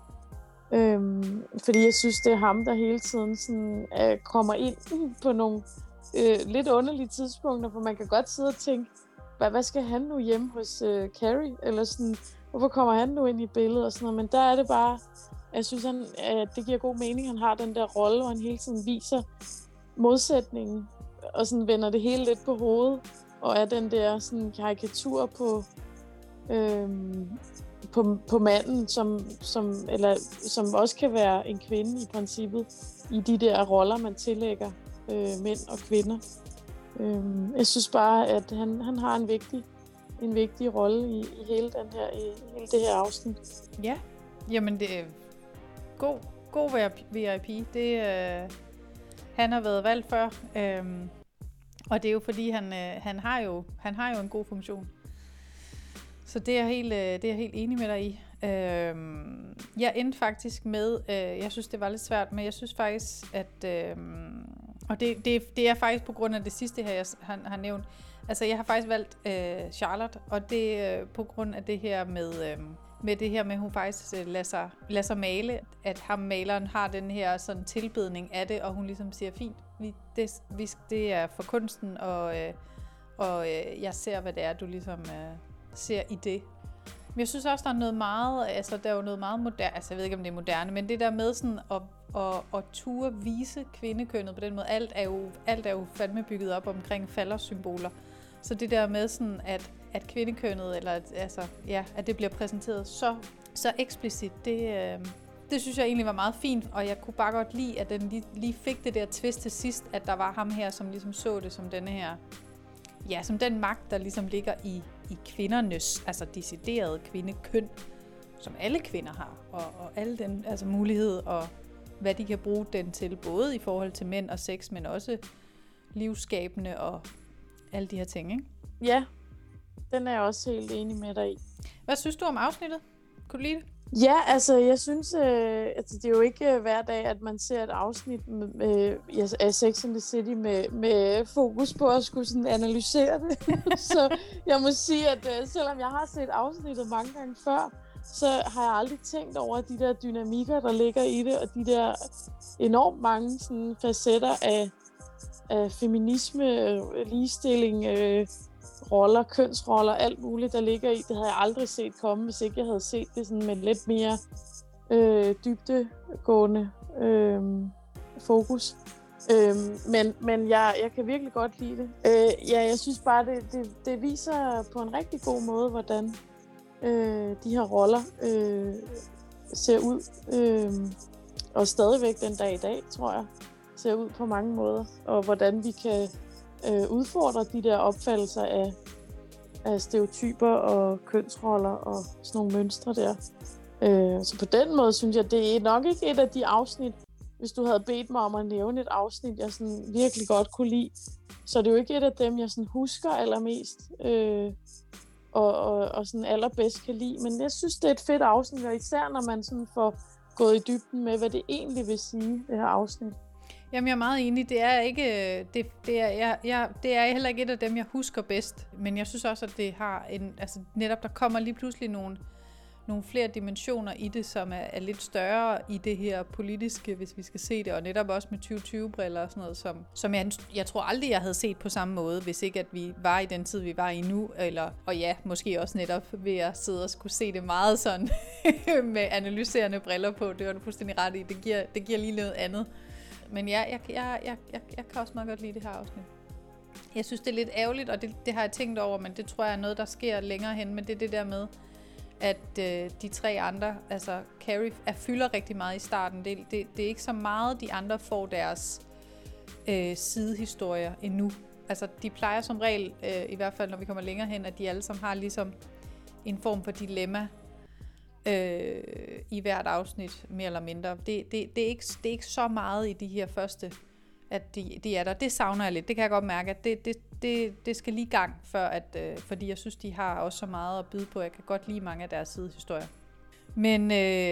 Fordi jeg synes, det er ham, der hele tiden sådan, kommer ind på nogle lidt underlige tidspunkter, for man kan godt sidde og tænke, hvad skal han nu hjemme hos Carrie? Eller sådan, hvorfor kommer han nu ind i billedet? Og sådan noget. Men der er det bare, jeg synes, at det giver god mening, han har den der rolle, hvor han hele tiden viser modsætningen, og sådan vender det hele lidt på hovedet, og er den der sådan karikatur på manden, som også kan være en kvinde i princippet, i de der roller, man tillægger mænd og kvinder. Jeg synes bare, at han har en vigtig rolle i hele det her afsnit. Ja, jamen det er god VIP. Han har været valgt før, og det er jo fordi, han har jo en god funktion. Så det er jeg helt enig med dig i. Jeg endte faktisk med, jeg synes det var lidt svært, men jeg synes faktisk, at, og det er faktisk på grund af det sidste her, jeg har nævnt. Altså jeg har faktisk valgt Charlotte, og det er på grund af det her med det her med, at hun faktisk lader sig male, at ham maleren har den her sådan tilbedning af det, og hun ligesom siger, fint, det er for kunsten, og jeg ser, hvad det er, du ligesom ser i det. Men jeg synes også, der er noget meget, altså der er jo noget meget moderne, altså jeg ved ikke, om det er moderne, men det der med sådan at ture vise kvindekønnet på den måde, alt er jo fandme bygget op omkring faldersymboler. Så det der med sådan, at kvindekønnet, eller at det bliver præsenteret så eksplicit, det synes jeg egentlig var meget fint, og jeg kunne bare godt lide, at den lige fik det der twist til sidst, at der var ham her, som ligesom så det som denne her, ja, som den magt, der ligesom ligger i kvindernes, altså deciderede kvindekøn, som alle kvinder har, og alle den altså mulighed, og hvad de kan bruge den til, både i forhold til mænd og sex, men også livsskabende og alle de her ting, ikke? Ja, den er jeg også helt enig med dig i. Hvad synes du om afsnittet? Kunne du lide det? Ja, altså jeg synes, det er jo ikke hver dag, at man ser et afsnit af Sex and the City med fokus på at skulle sådan analysere det. Så jeg må sige, at selvom jeg har set afsnittet mange gange før, så har jeg aldrig tænkt over de der dynamikker, der ligger i det, og de der enormt mange sådan, facetter af feminisme, ligestilling, roller, kønsroller, alt muligt, der ligger i. Det havde jeg aldrig set komme, hvis ikke jeg havde set det sådan med lidt mere dybdegående fokus. Men jeg kan virkelig godt lide det. Jeg synes bare, det viser på en rigtig god måde, hvordan de her roller ser ud. Og stadigvæk den dag i dag, tror jeg, ser ud på mange måder. Og hvordan vi kan udfordre de der opfattelser af stereotyper og kønsroller og sådan nogle mønstre der. Så på den måde synes jeg, det er nok ikke et af de afsnit, hvis du havde bedt mig om at nævne et afsnit, jeg sådan virkelig godt kunne lide. Så det er jo ikke et af dem, jeg sådan husker allermest og sådan allerbedst kan lide. Men jeg synes, det er et fedt afsnit, og især når man sådan får gået i dybden med, hvad det egentlig vil sige, det her afsnit. Jamen, jeg er meget enig. Det er ikke, det er heller ikke et af dem, jeg husker bedst. Men jeg synes også, at det har netop der kommer lige pludselig nogle flere dimensioner i det, som er lidt større i det her politiske, hvis vi skal se det, og netop også med 2020-briller og sådan noget, som jeg tror aldrig, jeg havde set på samme måde, hvis ikke at vi var i den tid, vi var i nu, og ja, måske også netop ved at sidde og skulle se det meget sådan med analyserende briller på. Det var du fuldstændig ret i. Det giver lige noget andet. Men ja, jeg kan også meget godt lide det her afsnit. Jeg synes, det er lidt ærgerligt, og det har jeg tænkt over, men det tror jeg er noget, der sker længere hen, men det er det der med, at de tre andre, altså Carrie, fylder rigtig meget i starten. Det er ikke så meget, de andre får deres sidehistorier endnu. Altså, de plejer som regel, i hvert fald når vi kommer længere hen, at de alle sammen har ligesom en form for dilemma i hvert afsnit, mere eller mindre. Det er ikke så meget i de her første, at de er der. Det savner jeg lidt. Det kan jeg godt mærke, at det skal lige i gang, fordi jeg synes, de har også så meget at byde på. Jeg kan godt lide mange af deres sidehistorier. Men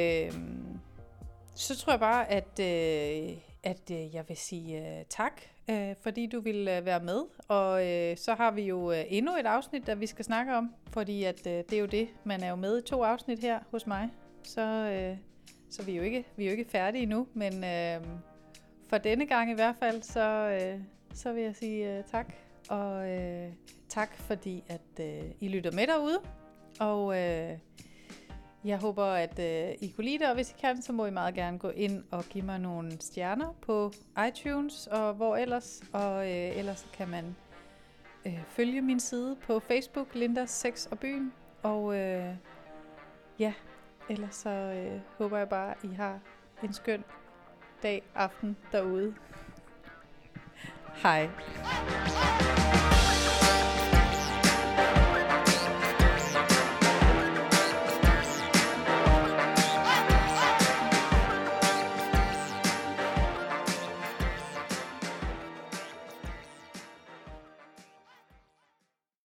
så tror jeg bare, at jeg vil sige tak, fordi du ville være med. Og så har vi jo endnu et afsnit, der vi skal snakke om, fordi at, det er jo det. Man er jo med i 2 afsnit her hos mig, så vi er jo ikke færdige endnu. Men for denne gang i hvert fald, så vil jeg sige tak. Og tak fordi, at I lytter med derude. Og jeg håber, at I kunne lide det, og hvis I kan, så må I meget gerne gå ind og give mig nogle stjerner på iTunes og hvor ellers. Og ellers kan man følge min side på Facebook, Lindas Sex og Byen. Og ja, ellers så håber jeg bare, at I har en skøn dag, aften derude. Hej.